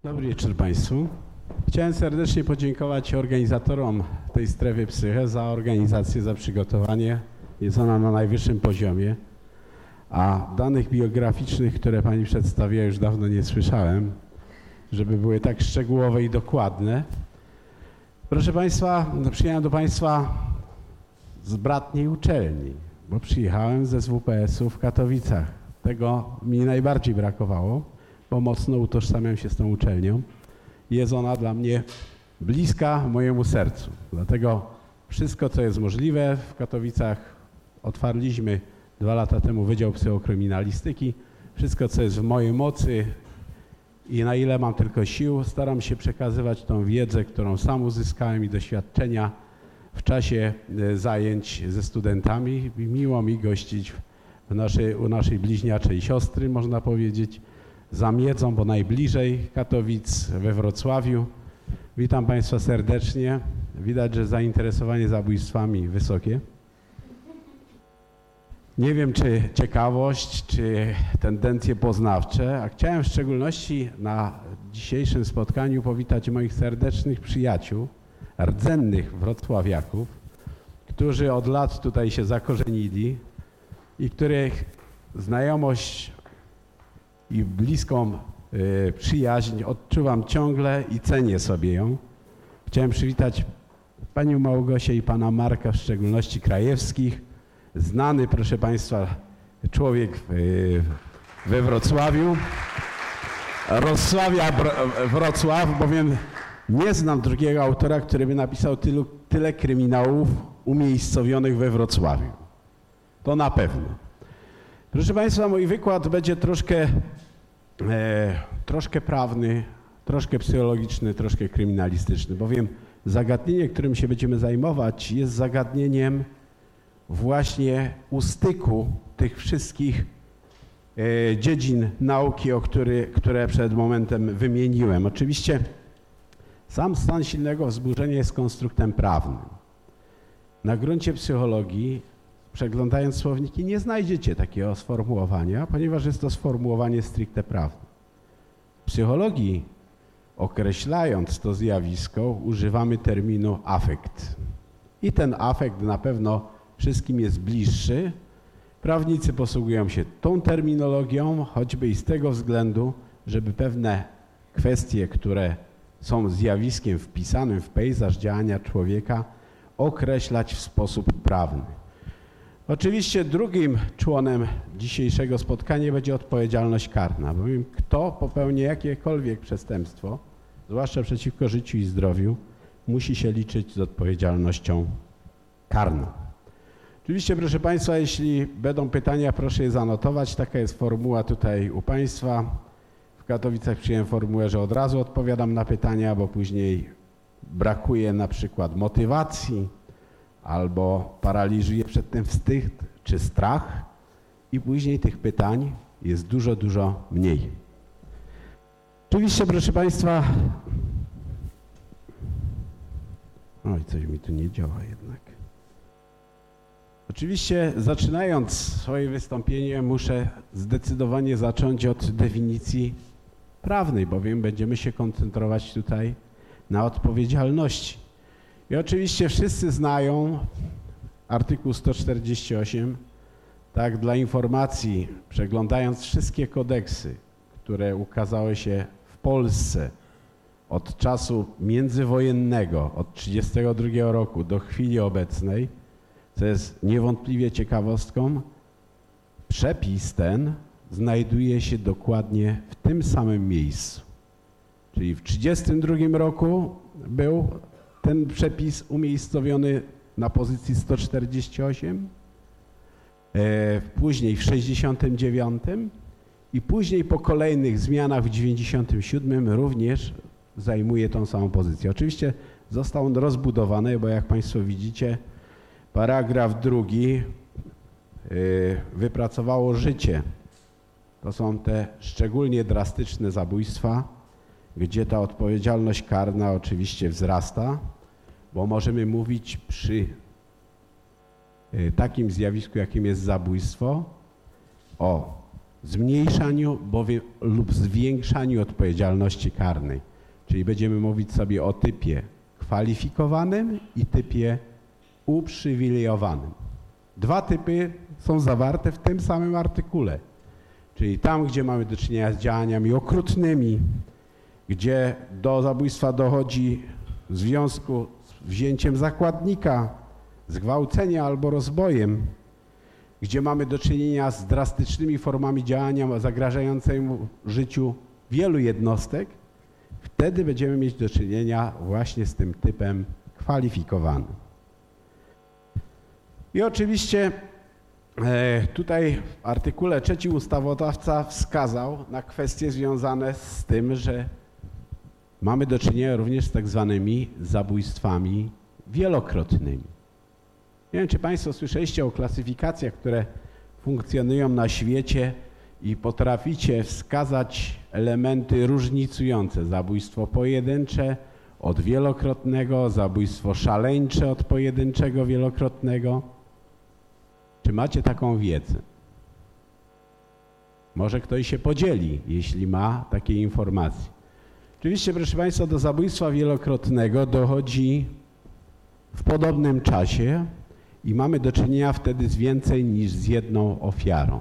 Dobry wieczór Państwu. Chciałem serdecznie podziękować organizatorom tej strefy Psyche za organizację, za przygotowanie. Jest ona na najwyższym poziomie, a danych biograficznych, które Pani przedstawiła, już dawno nie słyszałem, żeby były tak szczegółowe i dokładne. Proszę Państwa, przyjechałem do Państwa z bratniej uczelni, bo przyjechałem ze SWPS-u w Katowicach. Tego mi najbardziej brakowało, bo mocno utożsamiam się z tą uczelnią. Jest ona dla mnie bliska mojemu sercu. Dlatego wszystko, co jest możliwe, w Katowicach otwarliśmy 2 lata temu Wydział Psychokryminalistyki. Wszystko, co jest w mojej mocy i na ile mam tylko sił, staram się przekazywać tą wiedzę, którą sam uzyskałem i doświadczenia w czasie zajęć ze studentami. I miło mi gościć u naszej bliźniaczej siostry, można powiedzieć, za Miedzą, bo najbliżej Katowic, we Wrocławiu. Witam Państwa serdecznie. Widać, że zainteresowanie zabójstwami wysokie. Nie wiem, czy ciekawość, czy tendencje poznawcze, a chciałem w szczególności na dzisiejszym spotkaniu powitać moich serdecznych przyjaciół, rdzennych wrocławiaków, którzy od lat tutaj się zakorzenili i których znajomość i bliską przyjaźń odczuwam ciągle i cenię sobie ją. Chciałem przywitać Panią Małgosię i Pana Marka, w szczególności Krajewskich. Znany, proszę Państwa, człowiek we Wrocławiu. Rozsławia Wrocław, bowiem nie znam drugiego autora, który by napisał tyle kryminałów umiejscowionych we Wrocławiu. To na pewno. Proszę Państwa, mój wykład będzie troszkę prawny, troszkę psychologiczny, troszkę kryminalistyczny, bowiem zagadnienie, którym się będziemy zajmować, jest zagadnieniem właśnie u styku tych wszystkich dziedzin nauki, które przed momentem wymieniłem. Oczywiście sam stan silnego wzburzenia jest konstruktem prawnym. Na gruncie psychologii, przeglądając słowniki, nie znajdziecie takiego sformułowania, ponieważ jest to sformułowanie stricte prawne. W psychologii, określając to zjawisko, używamy terminu afekt. I ten afekt na pewno wszystkim jest bliższy. Prawnicy posługują się tą terminologią, choćby i z tego względu, żeby pewne kwestie, które są zjawiskiem wpisanym w pejzaż działania człowieka, określać w sposób prawny. Oczywiście drugim członem dzisiejszego spotkania będzie odpowiedzialność karna, bowiem kto popełni jakiekolwiek przestępstwo, zwłaszcza przeciwko życiu i zdrowiu, musi się liczyć z odpowiedzialnością karną. Oczywiście, proszę Państwa, jeśli będą pytania, proszę je zanotować. Taka jest formuła tutaj u Państwa. W Katowicach przyjąłem formułę, że od razu odpowiadam na pytania, bo później brakuje na przykład motywacji albo paraliżuje przed tym wstyd czy strach i później tych pytań jest dużo, dużo mniej. Oczywiście, proszę Państwa, oj, coś mi tu nie działa jednak. Oczywiście, zaczynając swoje wystąpienie, muszę zdecydowanie zacząć od definicji prawnej, bowiem będziemy się koncentrować tutaj na odpowiedzialności. I oczywiście wszyscy znają artykuł 148. Tak, dla informacji, przeglądając wszystkie kodeksy, które ukazały się w Polsce od czasu międzywojennego, od 1932 roku do chwili obecnej, co jest niewątpliwie ciekawostką, przepis ten znajduje się dokładnie w tym samym miejscu. Czyli w 1932 roku był ten przepis umiejscowiony na pozycji 148, później w 1969 i później po kolejnych zmianach w 1997 również zajmuje tą samą pozycję. Oczywiście został on rozbudowany, bo jak Państwo widzicie, paragraf 2 wypracowało życie. To są te szczególnie drastyczne zabójstwa, gdzie ta odpowiedzialność karna oczywiście wzrasta, bo możemy mówić przy takim zjawisku, jakim jest zabójstwo, o zmniejszaniu lub zwiększaniu odpowiedzialności karnej. Czyli będziemy mówić sobie o typie kwalifikowanym i typie uprzywilejowanym. Dwa typy są zawarte w tym samym artykule. Czyli tam, gdzie mamy do czynienia z działaniami okrutnymi, gdzie do zabójstwa dochodzi w związku z wzięciem zakładnika, zgwałceniem albo rozbojem, gdzie mamy do czynienia z drastycznymi formami działania zagrażającymi życiu wielu jednostek, wtedy będziemy mieć do czynienia właśnie z tym typem kwalifikowanym. I oczywiście tutaj w artykule 3 ustawodawca wskazał na kwestie związane z tym, że mamy do czynienia również z tak zwanymi zabójstwami wielokrotnymi. Nie wiem, czy Państwo słyszeliście o klasyfikacjach, które funkcjonują na świecie i potraficie wskazać elementy różnicujące. Zabójstwo pojedyncze od wielokrotnego, zabójstwo szaleńcze od pojedynczego, wielokrotnego. Czy macie taką wiedzę? Może ktoś się podzieli, jeśli ma takie informacje. Oczywiście, proszę Państwa, do zabójstwa wielokrotnego dochodzi w podobnym czasie i mamy do czynienia wtedy z więcej niż z jedną ofiarą.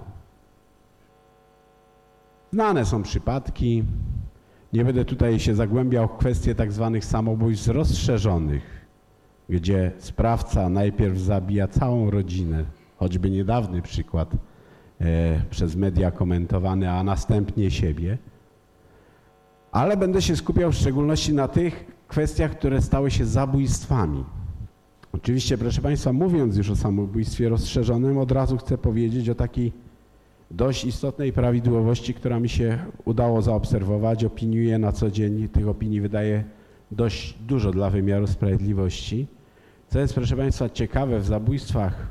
Znane są przypadki, nie będę tutaj się zagłębiał w kwestie tak zwanych samobójstw rozszerzonych, gdzie sprawca najpierw zabija całą rodzinę, choćby niedawny przykład przez media komentowany, a następnie siebie. Ale będę się skupiał w szczególności na tych kwestiach, które stały się zabójstwami. Oczywiście, proszę Państwa, mówiąc już o samobójstwie rozszerzonym, od razu chcę powiedzieć o takiej dość istotnej prawidłowości, która mi się udało zaobserwować. Opiniuję na co dzień, tych opinii wydaję dość dużo dla wymiaru sprawiedliwości. Co jest, proszę Państwa, ciekawe w zabójstwach,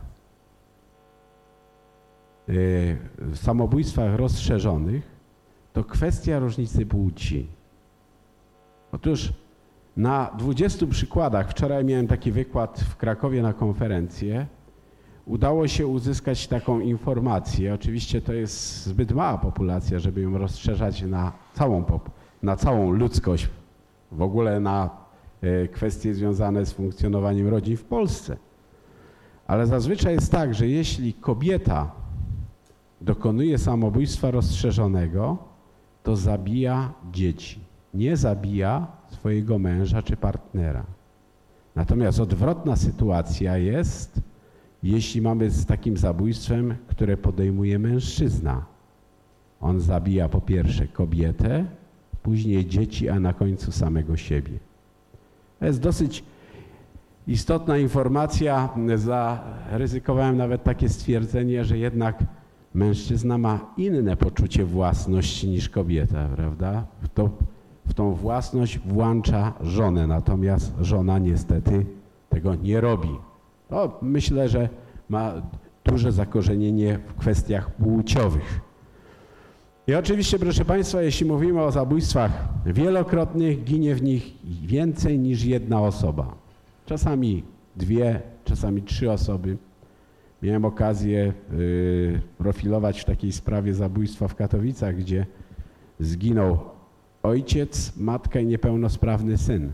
w samobójstwach rozszerzonych, to kwestia różnicy płci. Otóż na 20 przykładach, wczoraj miałem taki wykład w Krakowie na konferencję, udało się uzyskać taką informację. Oczywiście to jest zbyt mała populacja, żeby ją rozszerzać na całą ludzkość, w ogóle na kwestie związane z funkcjonowaniem rodzin w Polsce. Ale zazwyczaj jest tak, że jeśli kobieta dokonuje samobójstwa rozszerzonego, to zabija dzieci, nie zabija swojego męża czy partnera. Natomiast odwrotna sytuacja jest, jeśli mamy z takim zabójstwem, które podejmuje mężczyzna. On zabija po pierwsze kobietę, później dzieci, a na końcu samego siebie. To jest dosyć istotna informacja. Zaryzykowałem nawet takie stwierdzenie, że jednak mężczyzna ma inne poczucie własności niż kobieta, prawda? W tą własność włącza żonę, natomiast żona niestety tego nie robi. To myślę, że ma duże zakorzenienie w kwestiach płciowych. I oczywiście, proszę Państwa, jeśli mówimy o zabójstwach wielokrotnych, ginie w nich więcej niż jedna osoba. Czasami 2, czasami 3 osoby. Miałem okazję profilować w takiej sprawie zabójstwa w Katowicach, gdzie zginął ojciec, matka i niepełnosprawny syn.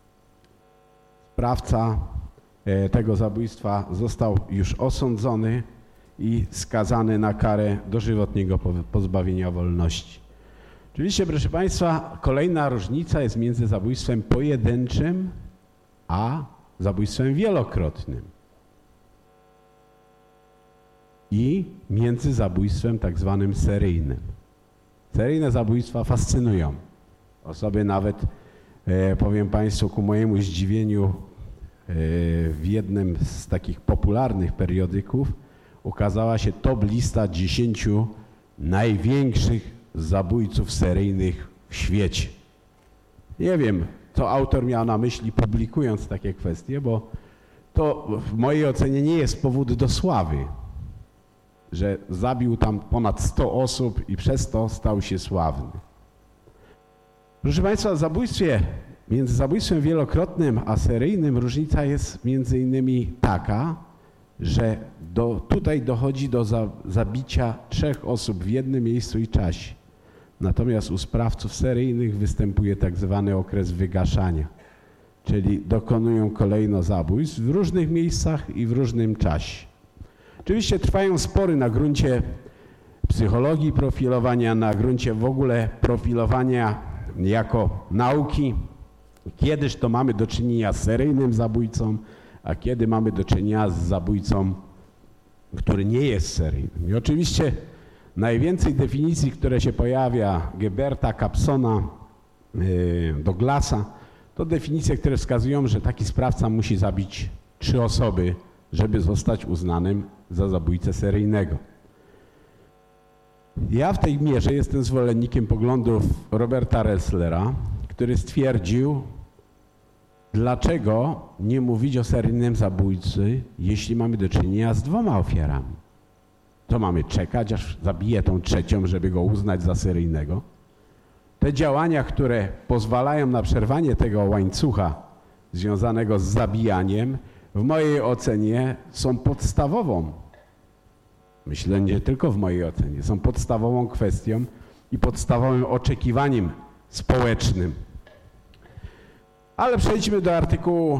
Sprawca tego zabójstwa został już osądzony i skazany na karę dożywotniego pozbawienia wolności. Oczywiście, proszę Państwa, kolejna różnica jest między zabójstwem pojedynczym a zabójstwem wielokrotnym. I między zabójstwem tak zwanym seryjnym. Seryjne zabójstwa fascynują. Osoby nawet, powiem Państwu, ku mojemu zdziwieniu, w jednym z takich popularnych periodyków ukazała się top lista 10 największych zabójców seryjnych w świecie. Nie wiem, co autor miał na myśli, publikując takie kwestie, bo to w mojej ocenie nie jest powód do sławy, że zabił tam ponad 100 osób i przez to stał się sławny. Proszę Państwa, między zabójstwem wielokrotnym a seryjnym różnica jest między innymi taka, że tutaj dochodzi do zabicia 3 osób w jednym miejscu i czasie. Natomiast u sprawców seryjnych występuje tak zwany okres wygaszania, czyli dokonują kolejno zabójstw w różnych miejscach i w różnym czasie. Oczywiście trwają spory na gruncie psychologii profilowania, na gruncie w ogóle profilowania jako nauki. Kiedyż to mamy do czynienia z seryjnym zabójcą, a kiedy mamy do czynienia z zabójcą, który nie jest seryjnym. I oczywiście najwięcej definicji, które się pojawia, Geberta, Capsona, Douglasa, to definicje, które wskazują, że taki sprawca musi zabić 3 osoby, żeby zostać uznanym za zabójcę seryjnego. Ja w tej mierze jestem zwolennikiem poglądów Roberta Resslera, który stwierdził, dlaczego nie mówić o seryjnym zabójcy, jeśli mamy do czynienia z 2 ofiarami. To mamy czekać, aż zabije tą 3., żeby go uznać za seryjnego. Te działania, które pozwalają na przerwanie tego łańcucha związanego z zabijaniem, w mojej ocenie są podstawową, myślę nie tylko w mojej ocenie, są podstawową kwestią i podstawowym oczekiwaniem społecznym. Ale przejdźmy do artykułu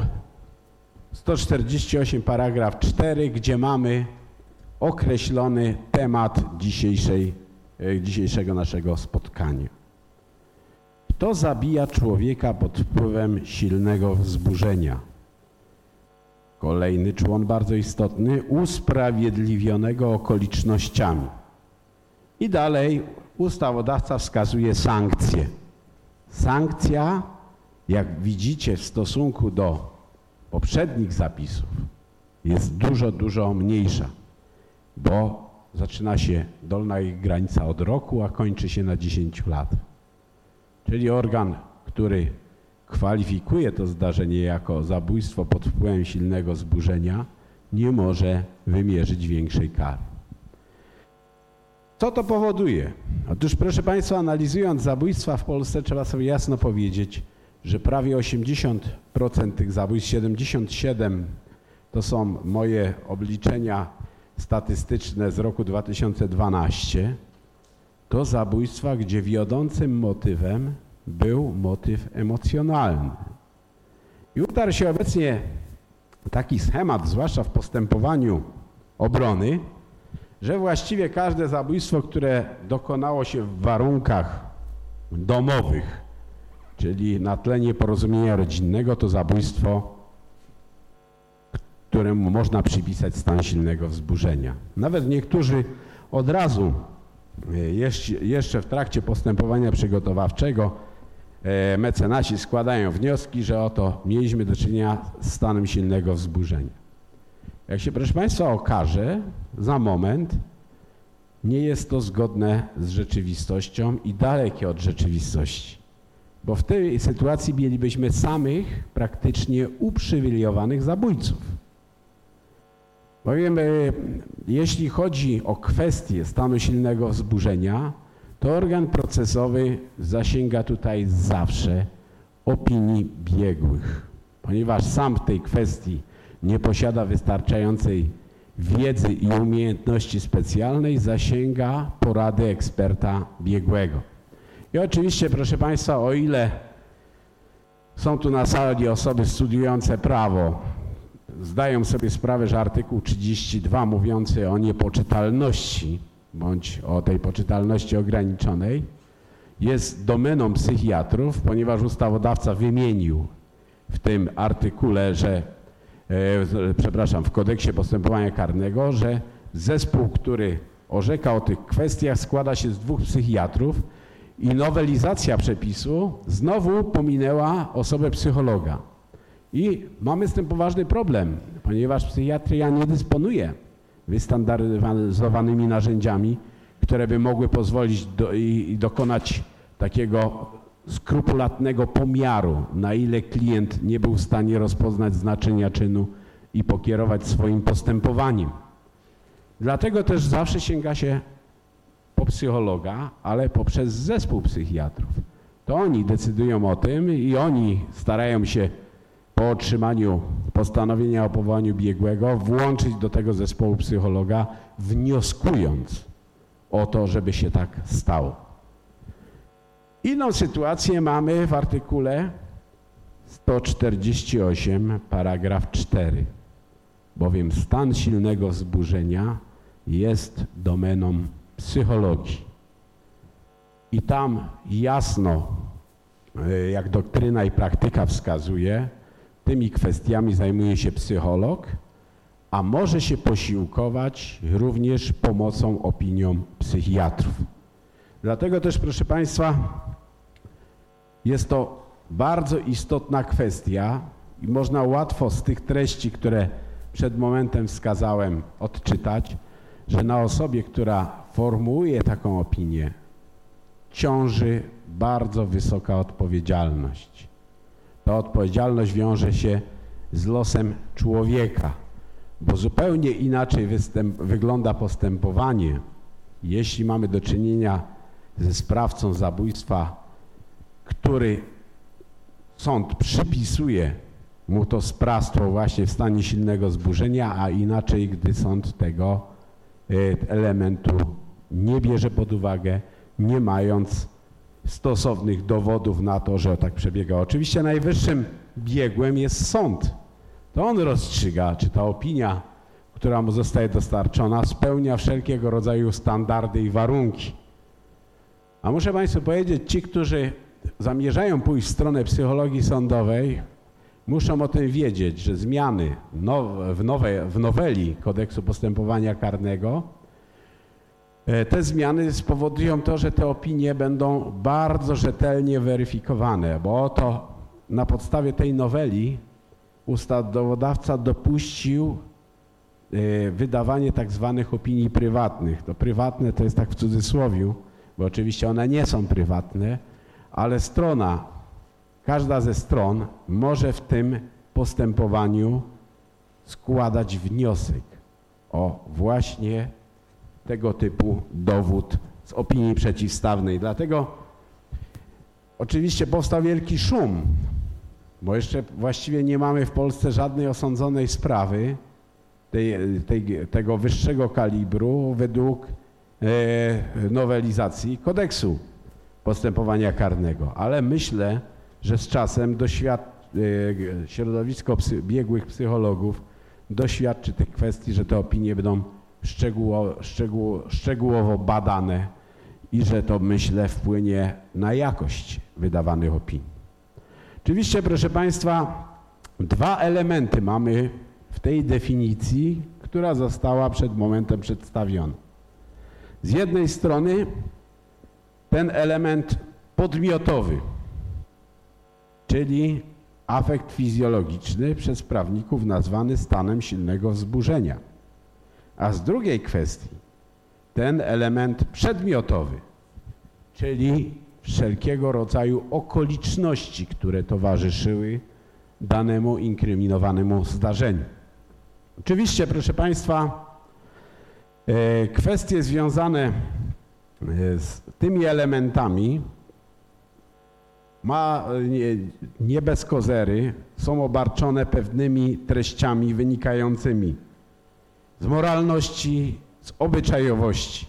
148, paragraf 4, gdzie mamy określony temat dzisiejszego naszego spotkania. Kto zabija człowieka pod wpływem silnego wzburzenia? Kolejny człon bardzo istotny, usprawiedliwionego okolicznościami. I dalej ustawodawca wskazuje sankcje. Sankcja, jak widzicie w stosunku do poprzednich zapisów, jest dużo mniejsza, bo zaczyna się dolna ich granica od roku, a kończy się na 10 lat. Czyli organ, który kwalifikuje to zdarzenie jako zabójstwo pod wpływem silnego wzburzenia, nie może wymierzyć większej kary. Co to powoduje? Otóż, proszę Państwa, analizując zabójstwa w Polsce, trzeba sobie jasno powiedzieć, że prawie 80% tych zabójstw, 77% to są moje obliczenia statystyczne z roku 2012, to zabójstwa, gdzie wiodącym motywem był motyw emocjonalny. I utarł się obecnie taki schemat, zwłaszcza w postępowaniu obrony, że właściwie każde zabójstwo, które dokonało się w warunkach domowych, czyli na tle nieporozumienia rodzinnego, to zabójstwo, któremu można przypisać stan silnego wzburzenia. Nawet niektórzy od razu, jeszcze w trakcie postępowania przygotowawczego, mecenasi składają wnioski, że oto mieliśmy do czynienia z stanem silnego wzburzenia. Jak się, proszę Państwa, okaże za moment, nie jest to zgodne z rzeczywistością i dalekie od rzeczywistości. Bo w tej sytuacji mielibyśmy samych praktycznie uprzywilejowanych zabójców. Bowiem jeśli chodzi o kwestię stanu silnego wzburzenia, to organ procesowy zasięga tutaj zawsze opinii biegłych, ponieważ sam w tej kwestii nie posiada wystarczającej wiedzy i umiejętności specjalnej, zasięga porady eksperta biegłego. I oczywiście, proszę Państwa, o ile są tu na sali osoby studiujące prawo, zdają sobie sprawę, że artykuł 32 mówiący o niepoczytalności bądź o tej poczytalności ograniczonej jest domeną psychiatrów, ponieważ ustawodawca wymienił w tym artykule, że w kodeksie postępowania karnego, że zespół, który orzeka o tych kwestiach, składa się z 2 psychiatrów i nowelizacja przepisu znowu pominęła osobę psychologa. I mamy z tym poważny problem, ponieważ psychiatria nie dysponuje wystandaryzowanymi narzędziami, które by mogły pozwolić dokonać takiego skrupulatnego pomiaru, na ile klient nie był w stanie rozpoznać znaczenia czynu i pokierować swoim postępowaniem. Dlatego też zawsze sięga się po psychologa, ale poprzez zespół psychiatrów. To oni decydują o tym i oni starają się po otrzymaniu postanowienia o powołaniu biegłego włączyć do tego zespołu psychologa, wnioskując o to, żeby się tak stało. Inną sytuację mamy w artykule 148, paragraf 4, bowiem stan silnego wzburzenia jest domeną psychologii. I tam jasno, jak doktryna i praktyka wskazuje, tymi kwestiami zajmuje się psycholog, a może się posiłkować również pomocą opinią psychiatrów. Dlatego też, proszę Państwa, jest to bardzo istotna kwestia i można łatwo z tych treści, które przed momentem wskazałem, odczytać, że na osobie, która formułuje taką opinię, ciąży bardzo wysoka odpowiedzialność. Ta odpowiedzialność wiąże się z losem człowieka, bo zupełnie inaczej wygląda postępowanie, jeśli mamy do czynienia ze sprawcą zabójstwa, który sąd przypisuje mu to sprawstwo właśnie w stanie silnego wzburzenia, a inaczej, gdy sąd tego elementu nie bierze pod uwagę, nie mając stosownych dowodów na to, że tak przebiega. Oczywiście najwyższym biegłym jest sąd. To on rozstrzyga, czy ta opinia, która mu zostaje dostarczona, spełnia wszelkiego rodzaju standardy i warunki. A muszę Państwu powiedzieć, ci, którzy zamierzają pójść w stronę psychologii sądowej, muszą o tym wiedzieć, że zmiany w noweli Kodeksu Postępowania Karnego, te zmiany spowodują to, że te opinie będą bardzo rzetelnie weryfikowane, bo oto na podstawie tej noweli ustawodawca dopuścił wydawanie tak zwanych opinii prywatnych. To prywatne to jest tak w cudzysłowiu, bo oczywiście one nie są prywatne, ale każda ze stron może w tym postępowaniu składać wniosek o właśnie tego typu dowód z opinii przeciwstawnej. Dlatego oczywiście powstał wielki szum, bo jeszcze właściwie nie mamy w Polsce żadnej osądzonej sprawy tego wyższego kalibru według nowelizacji kodeksu postępowania karnego. Ale myślę, że z czasem środowisko biegłych psychologów doświadczy tych kwestii, że te opinie będą szczegółowo badane i że to, myślę, wpłynie na jakość wydawanych opinii. Oczywiście, proszę Państwa, dwa elementy mamy w tej definicji, która została przed momentem przedstawiona. Z jednej strony ten element podmiotowy, czyli afekt fizjologiczny, przez prawników nazwany stanem silnego wzburzenia. A z drugiej kwestii ten element przedmiotowy, czyli wszelkiego rodzaju okoliczności, które towarzyszyły danemu inkryminowanemu zdarzeniu. Oczywiście, proszę Państwa, kwestie związane z tymi elementami nie bez kozery są obarczone pewnymi treściami wynikającymi z moralności, z obyczajowości.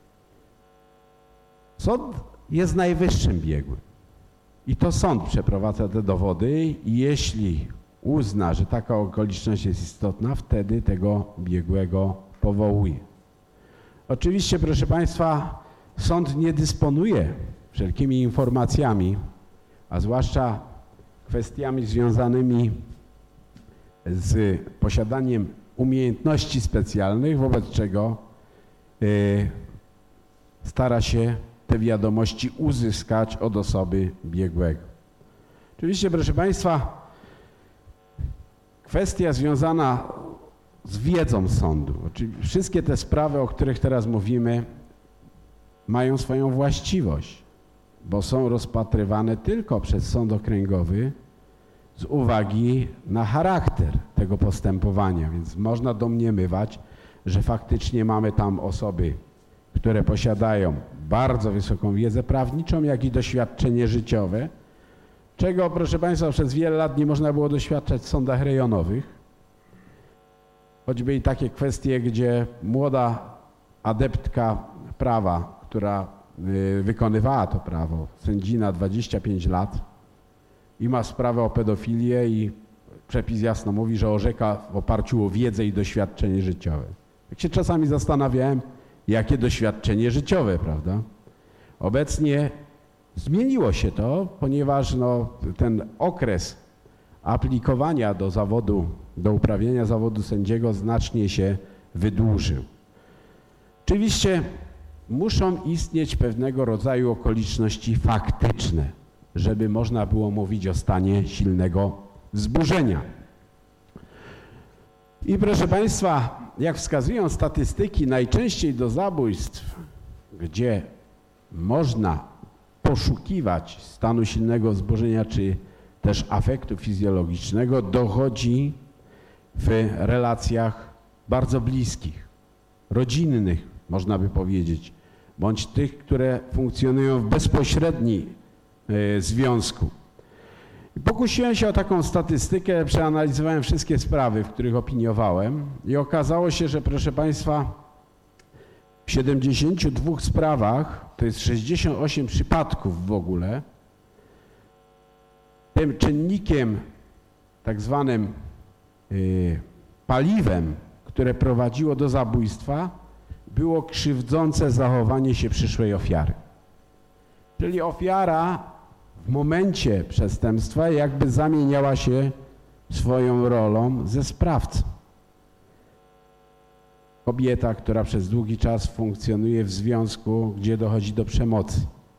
Sąd jest najwyższym biegłym i to sąd przeprowadza te dowody i jeśli uzna, że taka okoliczność jest istotna, wtedy tego biegłego powołuje. Oczywiście, proszę Państwa, sąd nie dysponuje wszelkimi informacjami, a zwłaszcza kwestiami związanymi z posiadaniem umiejętności specjalnych, wobec czego stara się te wiadomości uzyskać od osoby biegłego. Oczywiście, proszę Państwa, kwestia związana z wiedzą sądu. Wszystkie te sprawy, o których teraz mówimy, mają swoją właściwość, bo są rozpatrywane tylko przez sąd okręgowy z uwagi na charakter tego postępowania, więc można domniemywać, że faktycznie mamy tam osoby, które posiadają bardzo wysoką wiedzę prawniczą, jak i doświadczenie życiowe, czego, proszę Państwa, przez wiele lat nie można było doświadczać w sądach rejonowych. Choćby i takie kwestie, gdzie młoda adeptka prawa, która wykonywała to prawo, sędzina 25 lat i ma sprawę o pedofilię i przepis jasno mówi, że orzeka w oparciu o wiedzę i doświadczenie życiowe. Tak się czasami zastanawiałem, jakie doświadczenie życiowe, prawda? Obecnie zmieniło się to, ponieważ ten okres aplikowania do zawodu, do uprawiania zawodu sędziego znacznie się wydłużył. Oczywiście muszą istnieć pewnego rodzaju okoliczności faktyczne, żeby można było mówić o stanie silnego wzburzenia. I proszę Państwa, jak wskazują statystyki, najczęściej do zabójstw, gdzie można poszukiwać stanu silnego wzburzenia czy też afektu fizjologicznego, dochodzi w relacjach bardzo bliskich, rodzinnych, można by powiedzieć, bądź tych, które funkcjonują w bezpośrednim związku. Pokusiłem się o taką statystykę, przeanalizowałem wszystkie sprawy, w których opiniowałem i okazało się, że proszę Państwa, w 72 sprawach, to jest 68 przypadków w ogóle, tym czynnikiem, tak zwanym paliwem, które prowadziło do zabójstwa, było krzywdzące zachowanie się przyszłej ofiary. Czyli ofiara w momencie przestępstwa jakby zamieniała się swoją rolą ze sprawcą. Kobieta, która przez długi czas funkcjonuje w związku, gdzie dochodzi do przemocy.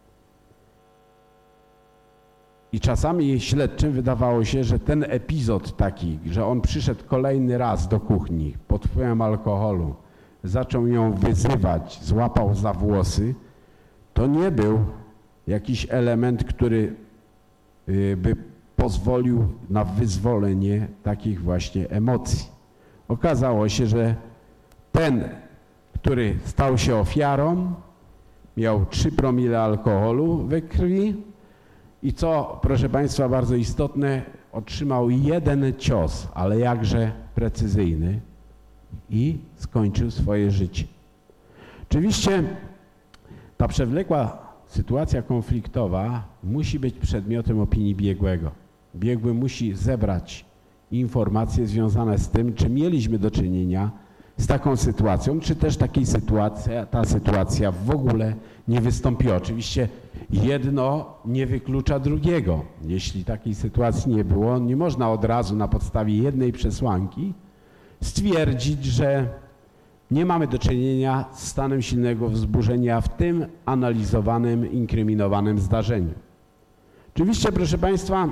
I czasami śledczym wydawało się, że ten epizod taki, że on przyszedł kolejny raz do kuchni pod wpływem alkoholu, zaczął ją wyzywać, złapał za włosy, to nie był jakiś element, który by pozwolił na wyzwolenie takich właśnie emocji. Okazało się, że ten, który stał się ofiarą, miał 3 promile alkoholu we krwi i co, proszę Państwa, bardzo istotne, otrzymał jeden cios, ale jakże precyzyjny i skończył swoje życie. Oczywiście ta przewlekła sytuacja konfliktowa musi być przedmiotem opinii biegłego. Biegły musi zebrać informacje związane z tym, czy mieliśmy do czynienia z taką sytuacją, czy też ta sytuacja w ogóle nie wystąpiła. Oczywiście jedno nie wyklucza drugiego. Jeśli takiej sytuacji nie było, nie można od razu na podstawie jednej przesłanki stwierdzić, że nie mamy do czynienia z stanem silnego wzburzenia w tym analizowanym, inkryminowanym zdarzeniu. Oczywiście, proszę Państwa,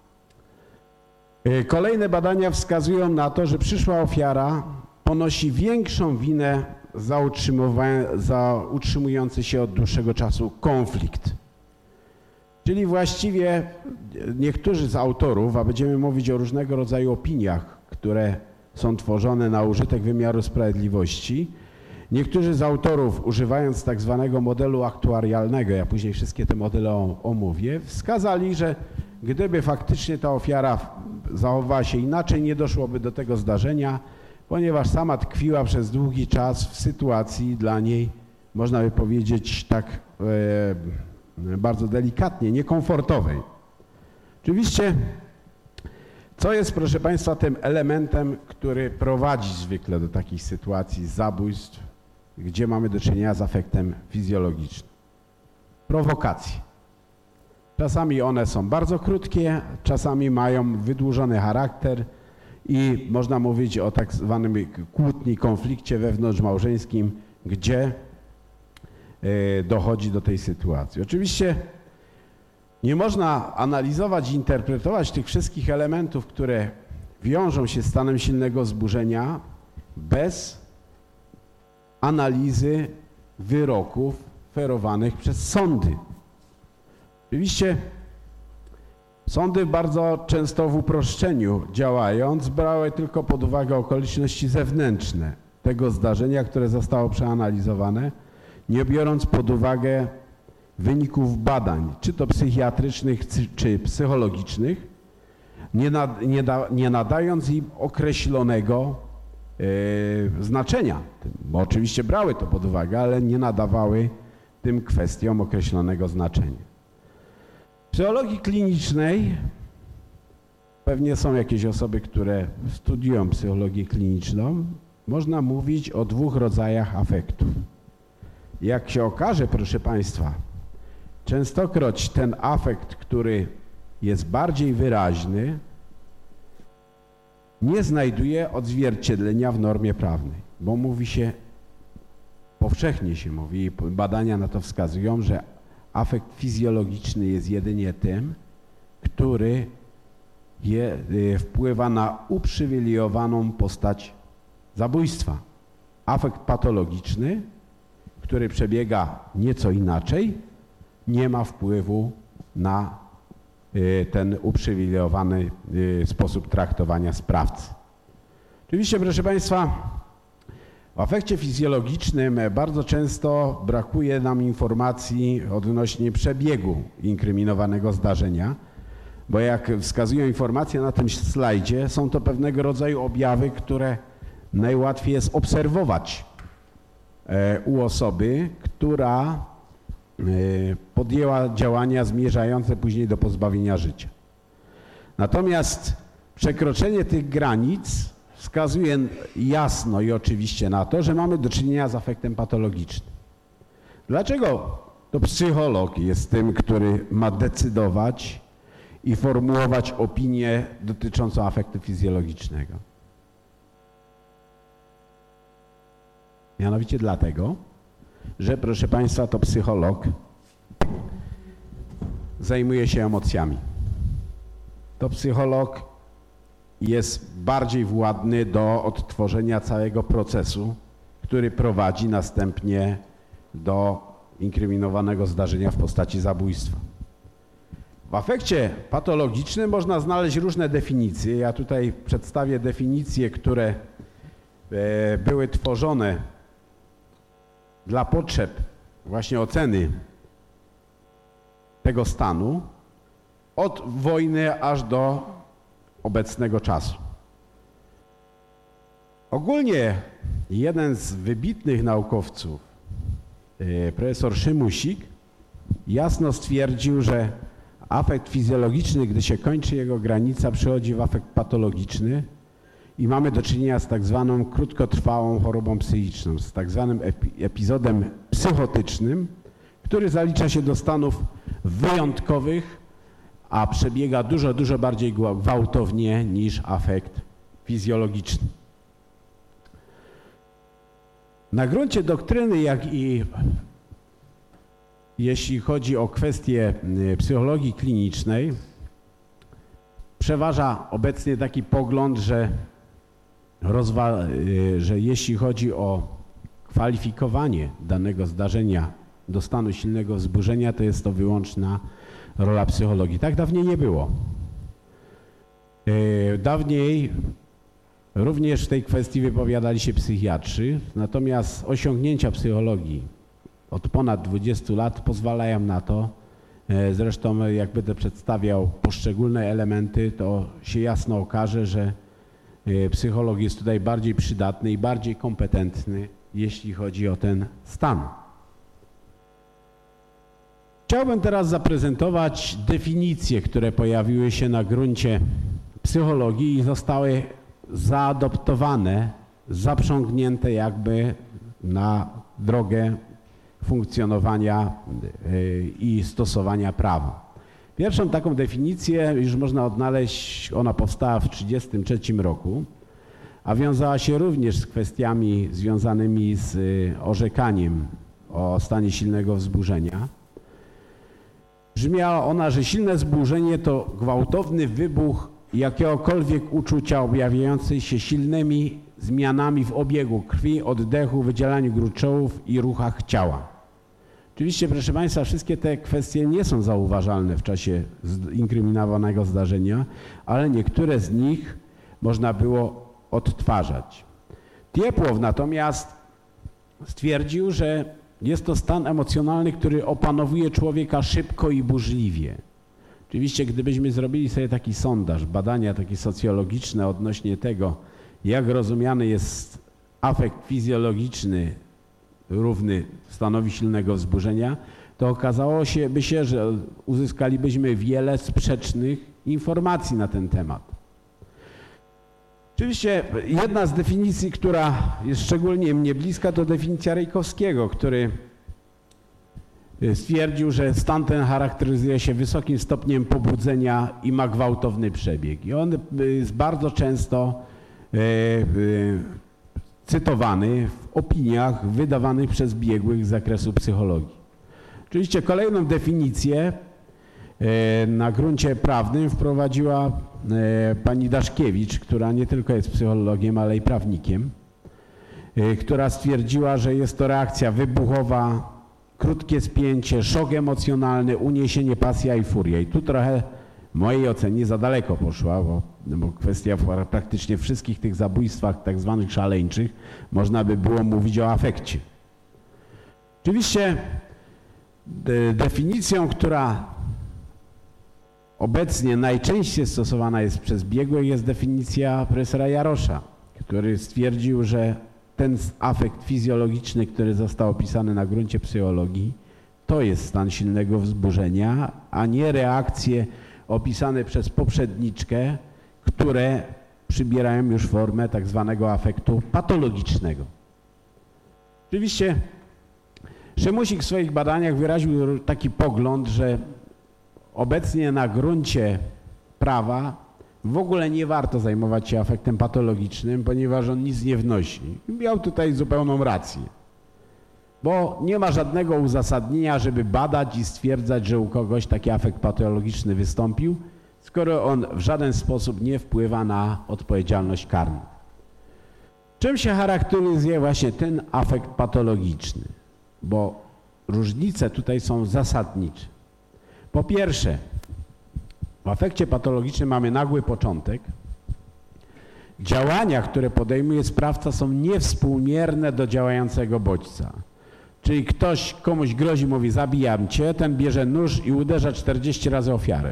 kolejne badania wskazują na to, że przyszła ofiara ponosi większą winę za utrzymujący się od dłuższego czasu konflikt. Czyli właściwie niektórzy z autorów, a będziemy mówić o różnego rodzaju opiniach, które są tworzone na użytek wymiaru sprawiedliwości, niektórzy z autorów, używając tak zwanego modelu aktuarialnego, ja później wszystkie te modele omówię, wskazali, że gdyby faktycznie ta ofiara zachowała się inaczej, nie doszłoby do tego zdarzenia, ponieważ sama tkwiła przez długi czas w sytuacji dla niej, można by powiedzieć tak bardzo delikatnie, niekomfortowej. Oczywiście, co jest, proszę Państwa, tym elementem, który prowadzi zwykle do takich sytuacji zabójstw, gdzie mamy do czynienia z afektem fizjologicznym? Prowokacje. Czasami one są bardzo krótkie, czasami mają wydłużony charakter i można mówić o tak zwanym kłótni, konflikcie wewnątrzmałżeńskim, gdzie dochodzi do tej sytuacji. Oczywiście nie można analizować i interpretować tych wszystkich elementów, które wiążą się z stanem silnego wzburzenia bez analizy wyroków ferowanych przez sądy. Oczywiście sądy bardzo często w uproszczeniu działając brały tylko pod uwagę okoliczności zewnętrzne tego zdarzenia, które zostało przeanalizowane, nie biorąc pod uwagę wyników badań, czy to psychiatrycznych, czy psychologicznych, nie nadając im określonego znaczenia. Bo oczywiście brały to pod uwagę, ale nie nadawały tym kwestiom określonego znaczenia. W psychologii klinicznej pewnie są jakieś osoby, które studiują psychologię kliniczną. Można mówić o dwóch rodzajach afektów. Jak się okaże, proszę Państwa, częstokroć ten afekt, który jest bardziej wyraźny, nie znajduje odzwierciedlenia w normie prawnej, bo mówi się, powszechnie się mówi i badania na to wskazują, że afekt fizjologiczny jest jedynie tym, który wpływa na uprzywilejowaną postać zabójstwa. Afekt patologiczny, który przebiega nieco inaczej, nie ma wpływu na ten uprzywilejowany sposób traktowania sprawcy. Oczywiście, proszę Państwa, w afekcie fizjologicznym bardzo często brakuje nam informacji odnośnie przebiegu inkryminowanego zdarzenia, bo jak wskazują informacje na tym slajdzie, są to pewnego rodzaju objawy, które najłatwiej jest obserwować u osoby, która podjęła działania zmierzające później do pozbawienia życia. Natomiast przekroczenie tych granic wskazuje jasno i oczywiście na to, że mamy do czynienia z afektem patologicznym. Dlaczego to psycholog jest tym, który ma decydować i formułować opinię dotyczącą afektu fizjologicznego? Mianowicie dlatego, że, proszę Państwa, to psycholog zajmuje się emocjami. To psycholog jest bardziej władny do odtworzenia całego procesu, który prowadzi następnie do inkryminowanego zdarzenia w postaci zabójstwa. W afekcie patologicznym można znaleźć różne definicje. Ja tutaj przedstawię definicje, które były tworzone dla potrzeb właśnie oceny tego stanu od wojny aż do obecnego czasu. Ogólnie jeden z wybitnych naukowców, profesor Szymusik, jasno stwierdził, że afekt fizjologiczny, gdy się kończy jego granica, przechodzi w afekt patologiczny i mamy do czynienia z tak zwaną krótkotrwałą chorobą psychiczną, z tak zwanym epizodem psychotycznym, który zalicza się do stanów wyjątkowych, a przebiega dużo bardziej gwałtownie niż afekt fizjologiczny. Na gruncie doktryny, jak i jeśli chodzi o kwestie psychologii klinicznej, przeważa obecnie taki pogląd, że jeśli chodzi o kwalifikowanie danego zdarzenia do stanu silnego wzburzenia, to jest to wyłączna rola psychologii. Tak dawniej nie było. Dawniej również w tej kwestii wypowiadali się psychiatrzy, natomiast osiągnięcia psychologii od ponad 20 lat pozwalają na to. Zresztą jak będę przedstawiał poszczególne elementy, to się jasno okaże, że psycholog jest tutaj bardziej przydatny i bardziej kompetentny, jeśli chodzi o ten stan. Chciałbym teraz zaprezentować definicje, które pojawiły się na gruncie psychologii i zostały zaadoptowane, zaprzągnięte jakby na drogę funkcjonowania i stosowania prawa. Pierwszą taką definicję już można odnaleźć, ona powstała w 1933 roku, a wiązała się również z kwestiami związanymi z orzekaniem o stanie silnego wzburzenia. Brzmiała ona, że silne wzburzenie to gwałtowny wybuch jakiegokolwiek uczucia objawiający się silnymi zmianami w obiegu krwi, oddechu, wydzielaniu gruczołów i ruchach ciała. Oczywiście, proszę Państwa, wszystkie te kwestie nie są zauważalne w czasie inkryminowanego zdarzenia, ale niektóre z nich można było odtwarzać. Tiepłow natomiast stwierdził, że jest to stan emocjonalny, który opanowuje człowieka szybko i burzliwie. Oczywiście, gdybyśmy zrobili sobie taki sondaż, badania takie socjologiczne odnośnie tego, jak rozumiany jest afekt fizjologiczny równy stanowi silnego wzburzenia, to okazało się, że uzyskalibyśmy wiele sprzecznych informacji na ten temat. Oczywiście jedna z definicji, która jest szczególnie mnie bliska, to definicja Rejkowskiego, który stwierdził, że stan ten charakteryzuje się wysokim stopniem pobudzenia i ma gwałtowny przebieg. I on jest bardzo często cytowany w opiniach wydawanych przez biegłych z zakresu psychologii. Oczywiście kolejną definicję na gruncie prawnym wprowadziła pani Daszkiewicz, która nie tylko jest psychologiem, ale i prawnikiem, która stwierdziła, że jest to reakcja wybuchowa, krótkie spięcie, szok emocjonalny, uniesienie, pasja i furia. I tu trochę w mojej ocenie za daleko poszła, bo kwestia w praktycznie wszystkich tych zabójstwach tak zwanych szaleńczych można by było mówić o afekcie. Oczywiście definicją, która obecnie najczęściej stosowana jest przez biegłych, jest definicja profesora Jarosza, który stwierdził, że ten afekt fizjologiczny, który został opisany na gruncie psychologii, to jest stan silnego wzburzenia, a nie reakcje opisane przez poprzedniczkę, które przybierają już formę tak zwanego afektu patologicznego. Oczywiście Szymusik w swoich badaniach wyraził taki pogląd, że obecnie na gruncie prawa w ogóle nie warto zajmować się afektem patologicznym, ponieważ on nic nie wnosi. Miał tutaj zupełną rację. Bo nie ma żadnego uzasadnienia, żeby badać i stwierdzać, że u kogoś taki afekt patologiczny wystąpił, skoro on w żaden sposób nie wpływa na odpowiedzialność karną. Czym się charakteryzuje właśnie ten afekt patologiczny? Bo różnice tutaj są zasadnicze. Po pierwsze, w afekcie patologicznym mamy nagły początek. Działania, które podejmuje sprawca, są niewspółmierne do działającego bodźca. Czyli ktoś komuś grozi, mówi zabijam cię, ten bierze nóż i uderza 40 razy ofiarę.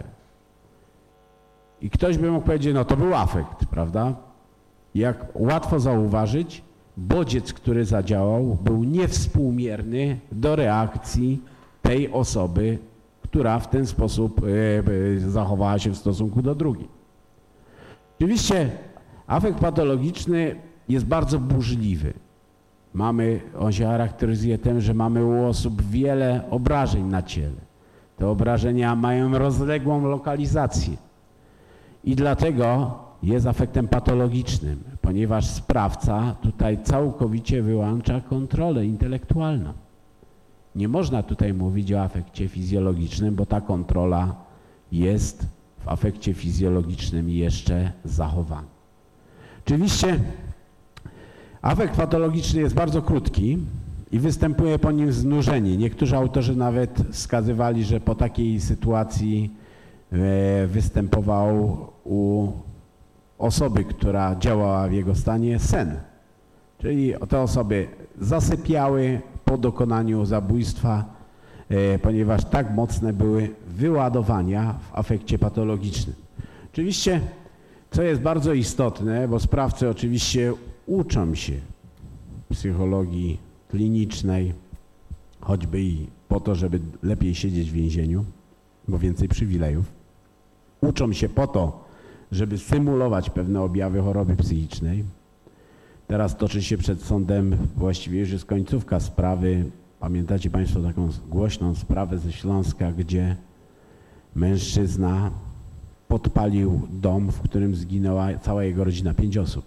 I ktoś by mógł powiedzieć, no to był afekt, prawda? Jak łatwo zauważyć, bodziec, który zadziałał, był niewspółmierny do reakcji tej osoby, która w ten sposób zachowała się w stosunku do drugiej. Oczywiście afekt patologiczny jest bardzo burzliwy. On się charakteryzuje tym, że mamy u osób wiele obrażeń na ciele. Te obrażenia mają rozległą lokalizację i dlatego jest afektem patologicznym, ponieważ sprawca tutaj całkowicie wyłącza kontrolę intelektualną. Nie można tutaj mówić o afekcie fizjologicznym, bo ta kontrola jest w afekcie fizjologicznym jeszcze zachowana. Oczywiście afekt patologiczny jest bardzo krótki i występuje po nim znużenie. Niektórzy autorzy nawet wskazywali, że po takiej sytuacji występował u osoby, która działała w jego stanie, sen. Czyli te osoby zasypiały po dokonaniu zabójstwa, ponieważ tak mocne były wyładowania w afekcie patologicznym. Oczywiście, co jest bardzo istotne, bo sprawcy oczywiście uczą się psychologii klinicznej, choćby i po to, żeby lepiej siedzieć w więzieniu, bo więcej przywilejów. Uczą się po to, żeby symulować pewne objawy choroby psychicznej. Teraz toczy się przed sądem, właściwie już jest końcówka sprawy. Pamiętacie Państwo taką głośną sprawę ze Śląska, gdzie mężczyzna podpalił dom, w którym zginęła cała jego rodzina, 5 osób.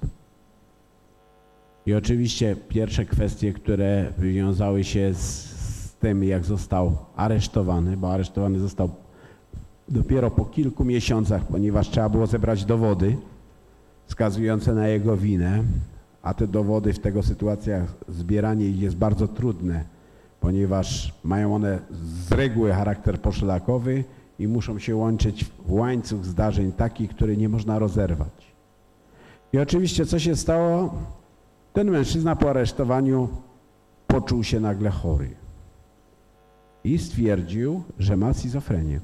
I oczywiście pierwsze kwestie, które wywiązały się z tym, jak został aresztowany, bo aresztowany został dopiero po kilku miesiącach, ponieważ trzeba było zebrać dowody wskazujące na jego winę, a te dowody w tego sytuacjach, zbieranie ich jest bardzo trudne, ponieważ mają one z reguły charakter poszlakowy i muszą się łączyć w łańcuch zdarzeń taki, który nie można rozerwać. I oczywiście co się stało? Ten mężczyzna po aresztowaniu poczuł się nagle chory. i stwierdził, że ma schizofrenię.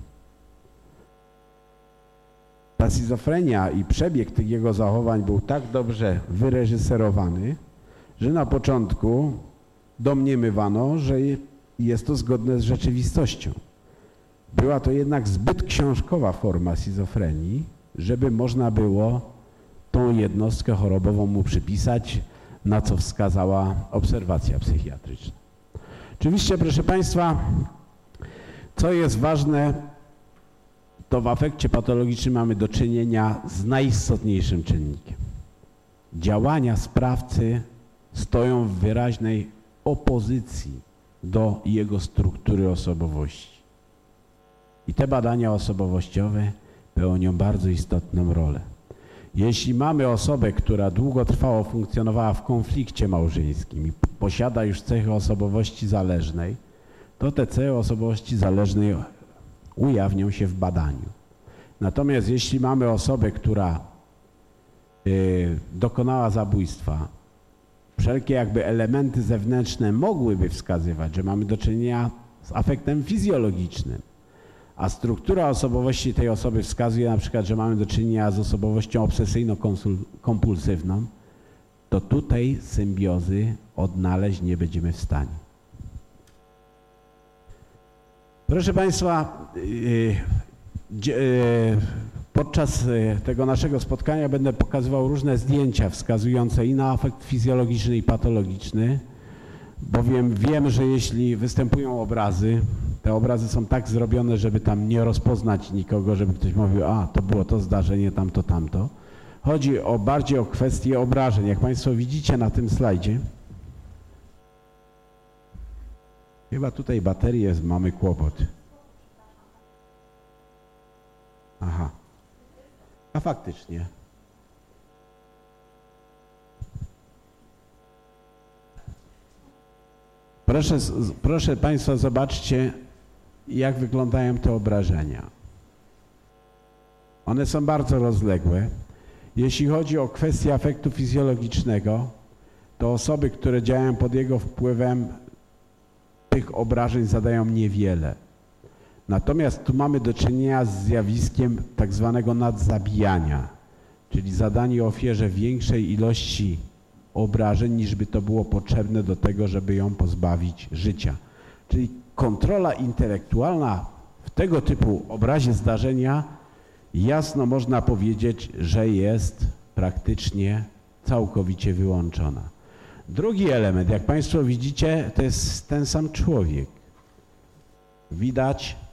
Ta schizofrenia i przebieg tych jego zachowań był tak dobrze wyreżyserowany, że na początku domniemywano, że jest to zgodne z rzeczywistością. Była to jednak zbyt książkowa forma schizofrenii, żeby można było tą jednostkę chorobową mu przypisać, na co wskazała obserwacja psychiatryczna. Oczywiście, proszę Państwa, co jest ważne, to w afekcie patologicznym mamy do czynienia z najistotniejszym czynnikiem. Działania sprawcy stoją w wyraźnej opozycji do jego struktury osobowości. I te badania osobowościowe pełnią bardzo istotną rolę. Jeśli mamy osobę, która długotrwało funkcjonowała w konflikcie małżeńskim i posiada już cechy osobowości zależnej, to te cechy osobowości zależnej ujawnią się w badaniu. Natomiast jeśli mamy osobę, która dokonała zabójstwa, wszelkie jakby elementy zewnętrzne mogłyby wskazywać, że mamy do czynienia z afektem fizjologicznym, a struktura osobowości tej osoby wskazuje na przykład, że mamy do czynienia z osobowością obsesyjno-kompulsywną, to tutaj symbiozy odnaleźć nie będziemy w stanie. Proszę Państwa, podczas tego naszego spotkania będę pokazywał różne zdjęcia wskazujące i na afekt fizjologiczny i patologiczny, bowiem wiem, że jeśli występują obrazy, te obrazy są tak zrobione, żeby tam nie rozpoznać nikogo, żeby ktoś mówił, a to było to zdarzenie, tamto. Chodzi bardziej o kwestię obrażeń. Jak Państwo widzicie na tym slajdzie, chyba tutaj baterię mamy kłopot. Aha. A faktycznie. Proszę Państwa, zobaczcie, jak wyglądają te obrażenia. One są bardzo rozległe. Jeśli chodzi o kwestię afektu fizjologicznego, to osoby, które działają pod jego wpływem, tych obrażeń zadają niewiele. Natomiast tu mamy do czynienia z zjawiskiem tak zwanego nadzabijania, czyli zadanie ofierze większej ilości obrażeń, niż by to było potrzebne do tego, żeby ją pozbawić życia. Czyli kontrola intelektualna w tego typu obrazie zdarzenia jasno można powiedzieć, że jest praktycznie całkowicie wyłączona. Drugi element, jak Państwo widzicie, to jest ten sam człowiek. Widać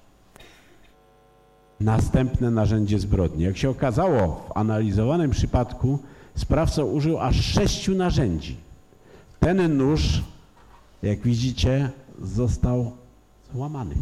następne narzędzie zbrodni. Jak się okazało, w analizowanym przypadku sprawca użył aż 6 narzędzi. Ten nóż, jak widzicie, został złamany.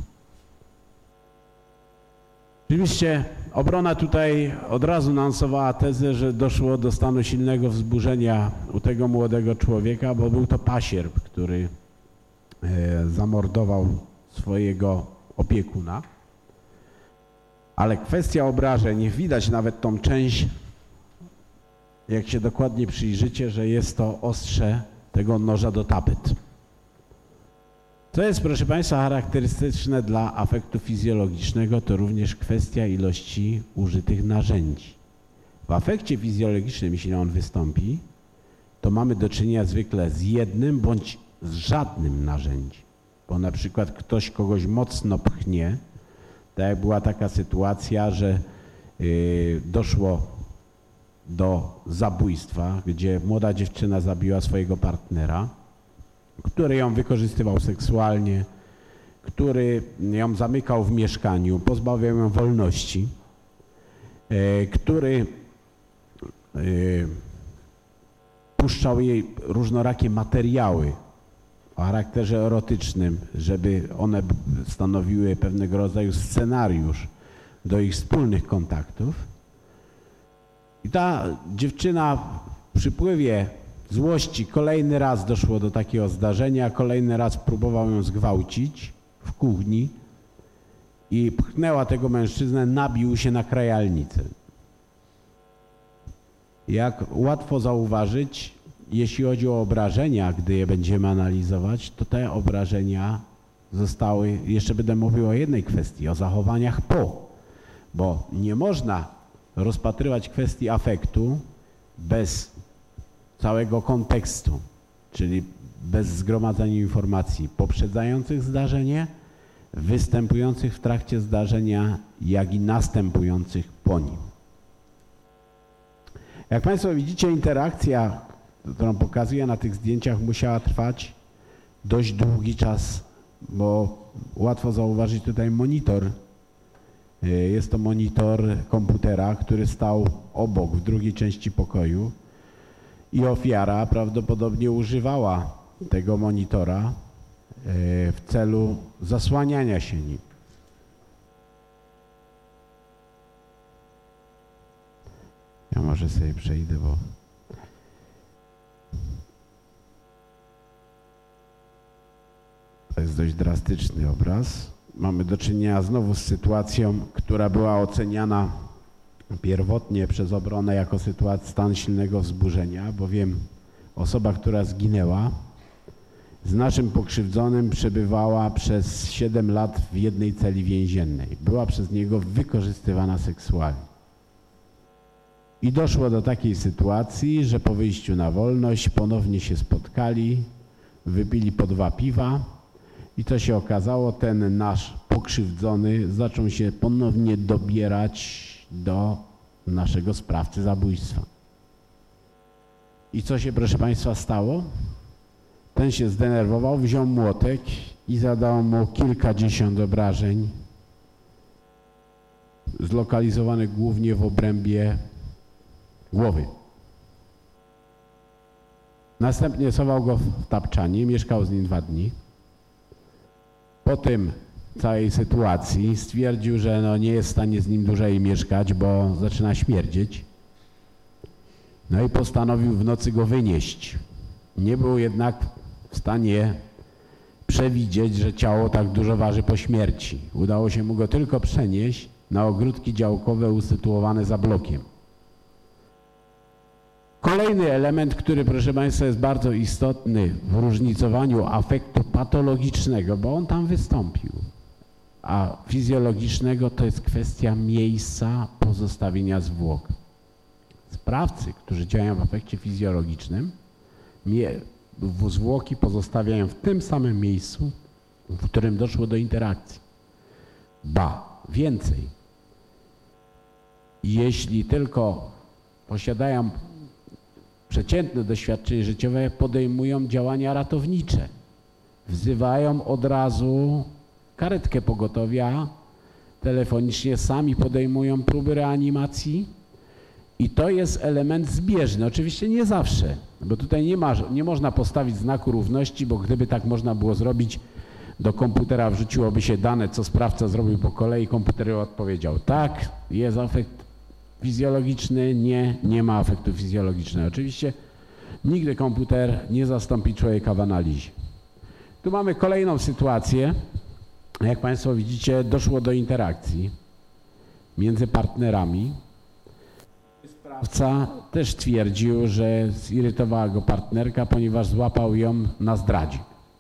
Oczywiście obrona tutaj od razu lansowała tezę, że doszło do stanu silnego wzburzenia u tego młodego człowieka, bo był to pasierb, który zamordował swojego opiekuna. Ale kwestia obrażeń, widać nawet tą część, jak się dokładnie przyjrzycie, że jest to ostrze tego noża do tapet. Co jest, proszę Państwa, charakterystyczne dla afektu fizjologicznego, to również kwestia ilości użytych narzędzi. W afekcie fizjologicznym, jeśli on wystąpi, to mamy do czynienia zwykle z jednym bądź z żadnym narzędziem. Bo na przykład ktoś kogoś mocno pchnie, tak jak była taka sytuacja, że doszło do zabójstwa, gdzie młoda dziewczyna zabiła swojego partnera, który ją wykorzystywał seksualnie, który ją zamykał w mieszkaniu, pozbawiał ją wolności, który puszczał jej różnorakie materiały o charakterze erotycznym, żeby one stanowiły pewnego rodzaju scenariusz do ich wspólnych kontaktów. I ta dziewczyna w przypływie złości kolejny raz doszło do takiego zdarzenia, kolejny raz próbował ją zgwałcić w kuchni i pchnęła tego mężczyznę, nabił się na krajalnicę. Jak łatwo zauważyć, jeśli chodzi o obrażenia, gdy je będziemy analizować, to te obrażenia zostały, jeszcze będę mówił o jednej kwestii, o zachowaniach po, bo nie można rozpatrywać kwestii afektu bez całego kontekstu, czyli bez zgromadzenia informacji poprzedzających zdarzenie, występujących w trakcie zdarzenia, jak i następujących po nim. Jak Państwo widzicie, interakcja, którą pokazuję na tych zdjęciach, musiała trwać dość długi czas, bo łatwo zauważyć tutaj monitor. Jest to monitor komputera, który stał obok w drugiej części pokoju i ofiara prawdopodobnie używała tego monitora w celu zasłaniania się nim. Ja może sobie przejdę, bo to jest dość drastyczny obraz. Mamy do czynienia znowu z sytuacją, która była oceniana pierwotnie przez obronę jako stan silnego wzburzenia, bowiem osoba, która zginęła, z naszym pokrzywdzonym przebywała przez 7 lat w jednej celi więziennej. Była przez niego wykorzystywana seksualnie. I doszło do takiej sytuacji, że po wyjściu na wolność ponownie się spotkali, wypili po 2 piwa i to się okazało, ten nasz pokrzywdzony zaczął się ponownie dobierać do naszego sprawcy zabójstwa. I co się, proszę Państwa, stało? Ten się zdenerwował, wziął młotek i zadał mu kilkadziesiąt obrażeń, zlokalizowanych głównie w obrębie głowy. Następnie schował go w tapczanie, mieszkał z nim 2 dni. Po tym całej sytuacji stwierdził, że nie jest w stanie z nim dłużej mieszkać, bo zaczyna śmierdzieć. No i postanowił w nocy go wynieść. Nie był jednak w stanie przewidzieć, że ciało tak dużo waży po śmierci. Udało się mu go tylko przenieść na ogródki działkowe usytuowane za blokiem. Kolejny element, który, proszę Państwa, jest bardzo istotny w różnicowaniu afektu patologicznego, bo on tam wystąpił, a fizjologicznego, to jest kwestia miejsca pozostawienia zwłok. Sprawcy, którzy działają w afekcie fizjologicznym, zwłoki pozostawiają w tym samym miejscu, w którym doszło do interakcji. Ba, więcej. Jeśli tylko posiadają przeciętne doświadczenie życiowe, podejmują działania ratownicze. Wzywają od razu karetkę pogotowia, telefonicznie sami podejmują próby reanimacji i to jest element zbieżny. Oczywiście nie zawsze, bo tutaj nie można postawić znaku równości, bo gdyby tak można było zrobić, do komputera wrzuciłoby się dane, co sprawca zrobił po kolei, komputer odpowiedział tak, jest afekt fizjologiczny, nie ma afektu fizjologicznego. Oczywiście nigdy komputer nie zastąpi człowieka w analizie. Tu mamy kolejną sytuację. Jak Państwo widzicie, doszło do interakcji między partnerami. Sprawca też twierdził, że zirytowała go partnerka, ponieważ złapał ją na zdradzie.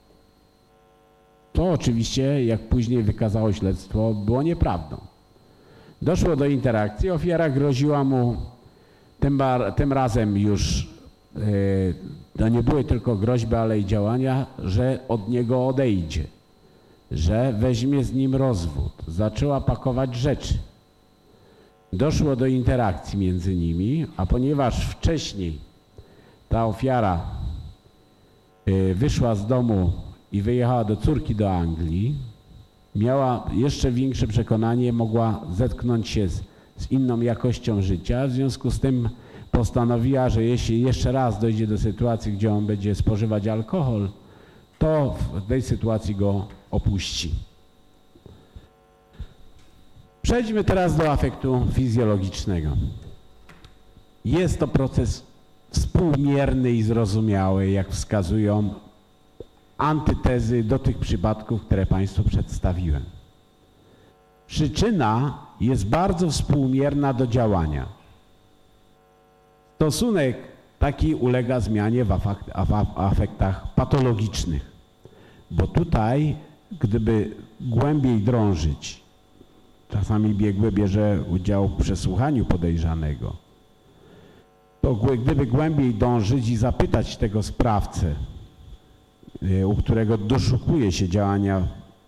To oczywiście, jak później wykazało śledztwo, było nieprawdą. Doszło do interakcji, ofiara groziła mu, tym razem już to nie były tylko groźby, ale i działania, że od niego odejdzie, że weźmie z nim rozwód. Zaczęła pakować rzeczy. Doszło do interakcji między nimi, a ponieważ wcześniej ta ofiara wyszła z domu i wyjechała do córki do Anglii, miała jeszcze większe przekonanie, mogła zetknąć się z inną jakością życia, w związku z tym postanowiła, że jeśli jeszcze raz dojdzie do sytuacji, gdzie on będzie spożywać alkohol, to w tej sytuacji go opuści. Przejdźmy teraz do afektu fizjologicznego. Jest to proces współmierny i zrozumiały, jak wskazują antytezy do tych przypadków, które Państwu przedstawiłem. Przyczyna jest bardzo współmierna do działania. Stosunek taki ulega zmianie w afektach patologicznych, bo tutaj gdyby głębiej drążyć, czasami biegły bierze udział w przesłuchaniu podejrzanego, to gdyby głębiej dążyć i zapytać tego sprawcę, u którego doszukuje się działania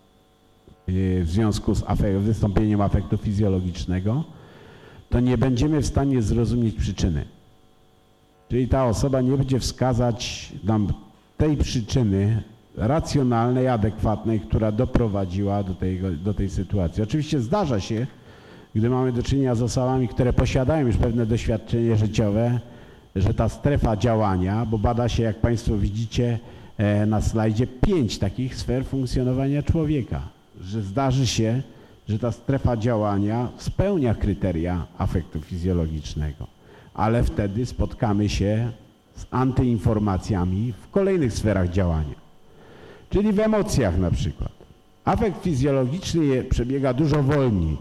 w związku z wystąpieniem afektu fizjologicznego, to nie będziemy w stanie zrozumieć przyczyny. Czyli ta osoba nie będzie wskazać nam tej przyczyny racjonalnej, adekwatnej, która doprowadziła do tej sytuacji. Oczywiście zdarza się, gdy mamy do czynienia z osobami, które posiadają już pewne doświadczenie życiowe, że ta strefa działania, bo bada się, jak Państwo widzicie na slajdzie, 5 takich sfer funkcjonowania człowieka, że zdarzy się, że ta strefa działania spełnia kryteria afektu fizjologicznego, ale wtedy spotkamy się z antyinformacjami w kolejnych sferach działania, czyli w emocjach na przykład. Afekt fizjologiczny przebiega dużo wolniej.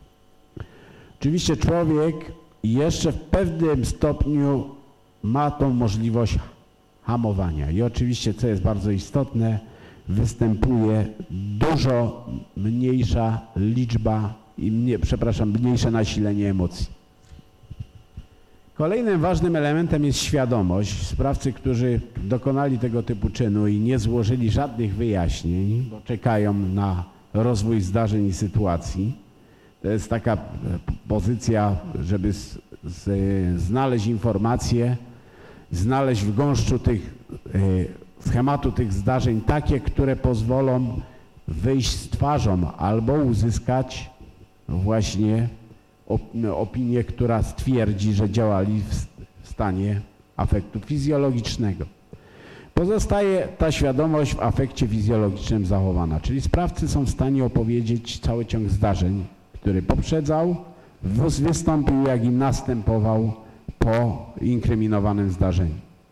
Oczywiście człowiek jeszcze w pewnym stopniu ma tą możliwość hamowania i oczywiście, co jest bardzo istotne, występuje dużo mniejsza liczba mniejsze nasilenie emocji. Kolejnym ważnym elementem jest świadomość. Sprawcy, którzy dokonali tego typu czynu i nie złożyli żadnych wyjaśnień, bo czekają na rozwój zdarzeń i sytuacji. To jest taka pozycja, żeby znaleźć informacje, znaleźć w gąszczu schematu tych zdarzeń takie, które pozwolą wyjść z twarzą albo uzyskać właśnie opinię, która stwierdzi, że działali w stanie afektu fizjologicznego. Pozostaje ta świadomość w afekcie fizjologicznym zachowana, czyli sprawcy są w stanie opowiedzieć cały ciąg zdarzeń, który poprzedzał, wystąpił, jak i następował po inkryminowanym zdarzeniu.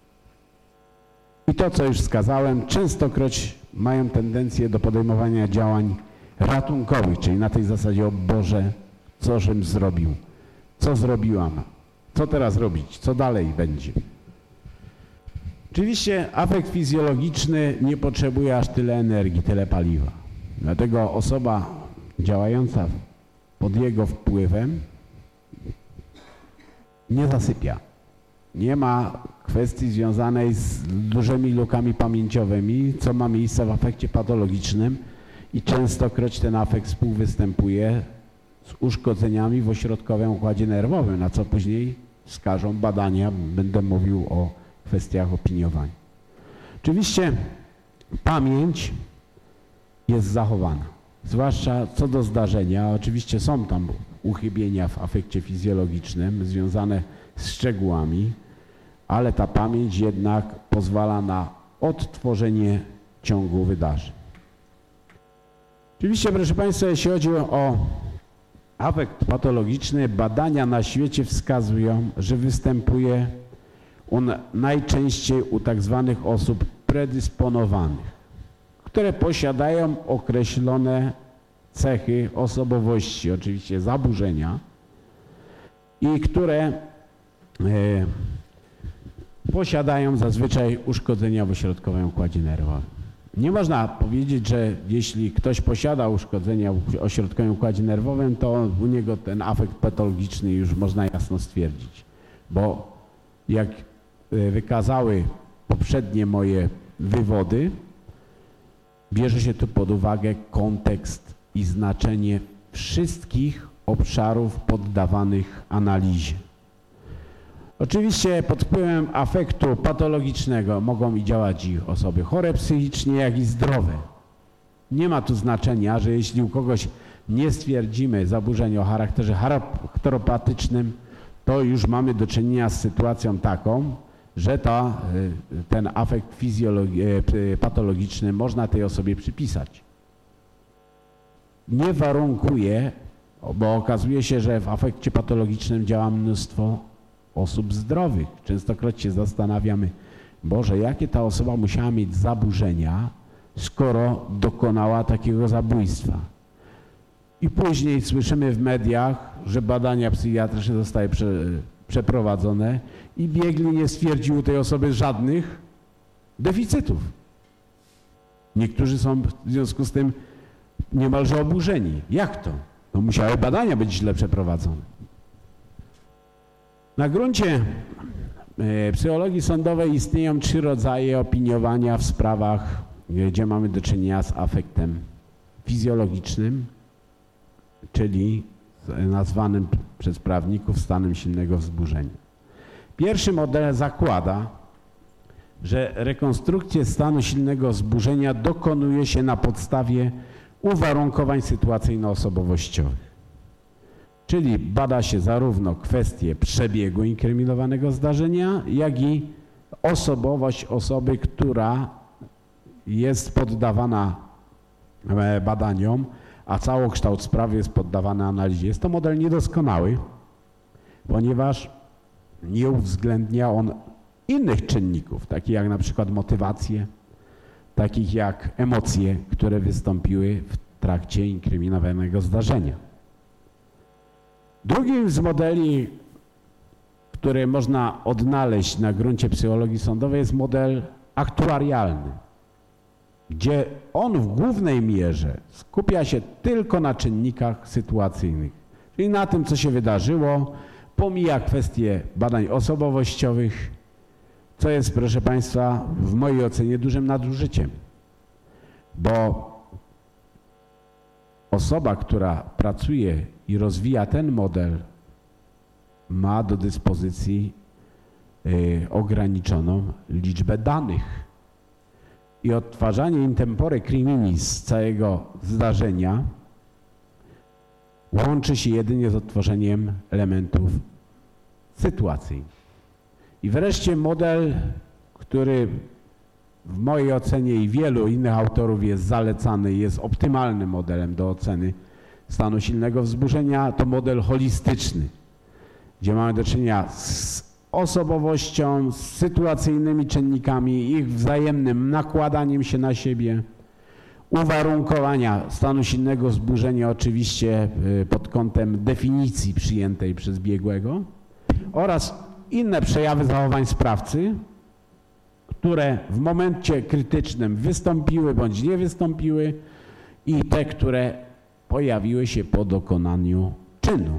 I to, co już wskazałem, częstokroć mają tendencję do podejmowania działań ratunkowych, czyli na tej zasadzie: o Boże, cożem zrobił, co zrobiłam, co teraz robić, co dalej będzie. Oczywiście afekt fizjologiczny nie potrzebuje aż tyle energii, tyle paliwa. Dlatego osoba działająca pod jego wpływem nie zasypia. Nie ma kwestii związanej z dużymi lukami pamięciowymi, co ma miejsce w afekcie patologicznym i częstokroć ten afekt współwystępuje z uszkodzeniami w ośrodkowym układzie nerwowym, na co później wskażą badania, będę mówił o kwestiach opiniowania. Oczywiście pamięć jest zachowana, zwłaszcza co do zdarzenia. Oczywiście są tam uchybienia w afekcie fizjologicznym związane z szczegółami, ale ta pamięć jednak pozwala na odtworzenie ciągu wydarzeń. Oczywiście, proszę Państwa, jeśli chodzi o afekt patologiczny, badania na świecie wskazują, że występuje on najczęściej u tak zwanych osób predysponowanych, które posiadają określone cechy osobowości, oczywiście zaburzenia, i które posiadają zazwyczaj uszkodzenia w ośrodkowym układzie nerwowym. Nie można powiedzieć, że jeśli ktoś posiada uszkodzenia w ośrodkowym układzie nerwowym, to u niego ten afekt patologiczny już można jasno stwierdzić, bo jak wykazały poprzednie moje wywody, bierze się tu pod uwagę kontekst i znaczenie wszystkich obszarów poddawanych analizie. Oczywiście pod wpływem afektu patologicznego mogą działać i osoby chore psychicznie, jak i zdrowe. Nie ma tu znaczenia, że jeśli u kogoś nie stwierdzimy zaburzeń o charakterze chiropatycznym, to już mamy do czynienia z sytuacją taką, że ten afekt patologiczny można tej osobie przypisać. Nie warunkuje, bo okazuje się, że w afekcie patologicznym działa mnóstwo osób zdrowych. Częstokroć się zastanawiamy: Boże, jakie ta osoba musiała mieć zaburzenia, skoro dokonała takiego zabójstwa. I później słyszymy w mediach, że badania psychiatryczne zostały przeprowadzone i biegli nie stwierdził u tej osoby żadnych deficytów. Niektórzy są w związku z tym niemalże oburzeni. Jak to? No musiały badania być źle przeprowadzone. Na gruncie psychologii sądowej istnieją 3 rodzaje opiniowania w sprawach, gdzie mamy do czynienia z afektem fizjologicznym, czyli nazwanym przez prawników stanem silnego wzburzenia. Pierwszy model zakłada, że rekonstrukcję stanu silnego wzburzenia dokonuje się na podstawie uwarunkowań sytuacyjno-osobowościowych. Czyli bada się zarówno kwestię przebiegu inkryminowanego zdarzenia, jak i osobowość osoby, która jest poddawana badaniom, a całokształt sprawy jest poddawany analizie. Jest to model niedoskonały, ponieważ nie uwzględnia on innych czynników, takich jak na przykład motywacje, takich jak emocje, które wystąpiły w trakcie inkryminowanego zdarzenia. Drugim z modeli, który można odnaleźć na gruncie psychologii sądowej, jest model aktuarialny, gdzie on w głównej mierze skupia się tylko na czynnikach sytuacyjnych, czyli na tym, co się wydarzyło, pomija kwestie badań osobowościowych, co jest, proszę Państwa, w mojej ocenie dużym nadużyciem, bo osoba, która pracuje i rozwija ten model, ma do dyspozycji ograniczoną liczbę danych i odtwarzanie in tempore criminis całego zdarzenia łączy się jedynie z odtworzeniem elementów sytuacyjnych. I wreszcie model, który w mojej ocenie i wielu innych autorów jest zalecany i jest optymalnym modelem do oceny stanu silnego wzburzenia, to model holistyczny, gdzie mamy do czynienia z osobowością, z sytuacyjnymi czynnikami, ich wzajemnym nakładaniem się na siebie, uwarunkowania stanu silnego wzburzenia oczywiście pod kątem definicji przyjętej przez biegłego oraz inne przejawy zachowań sprawcy, które w momencie krytycznym wystąpiły bądź nie wystąpiły i te, które pojawiły się po dokonaniu czynu.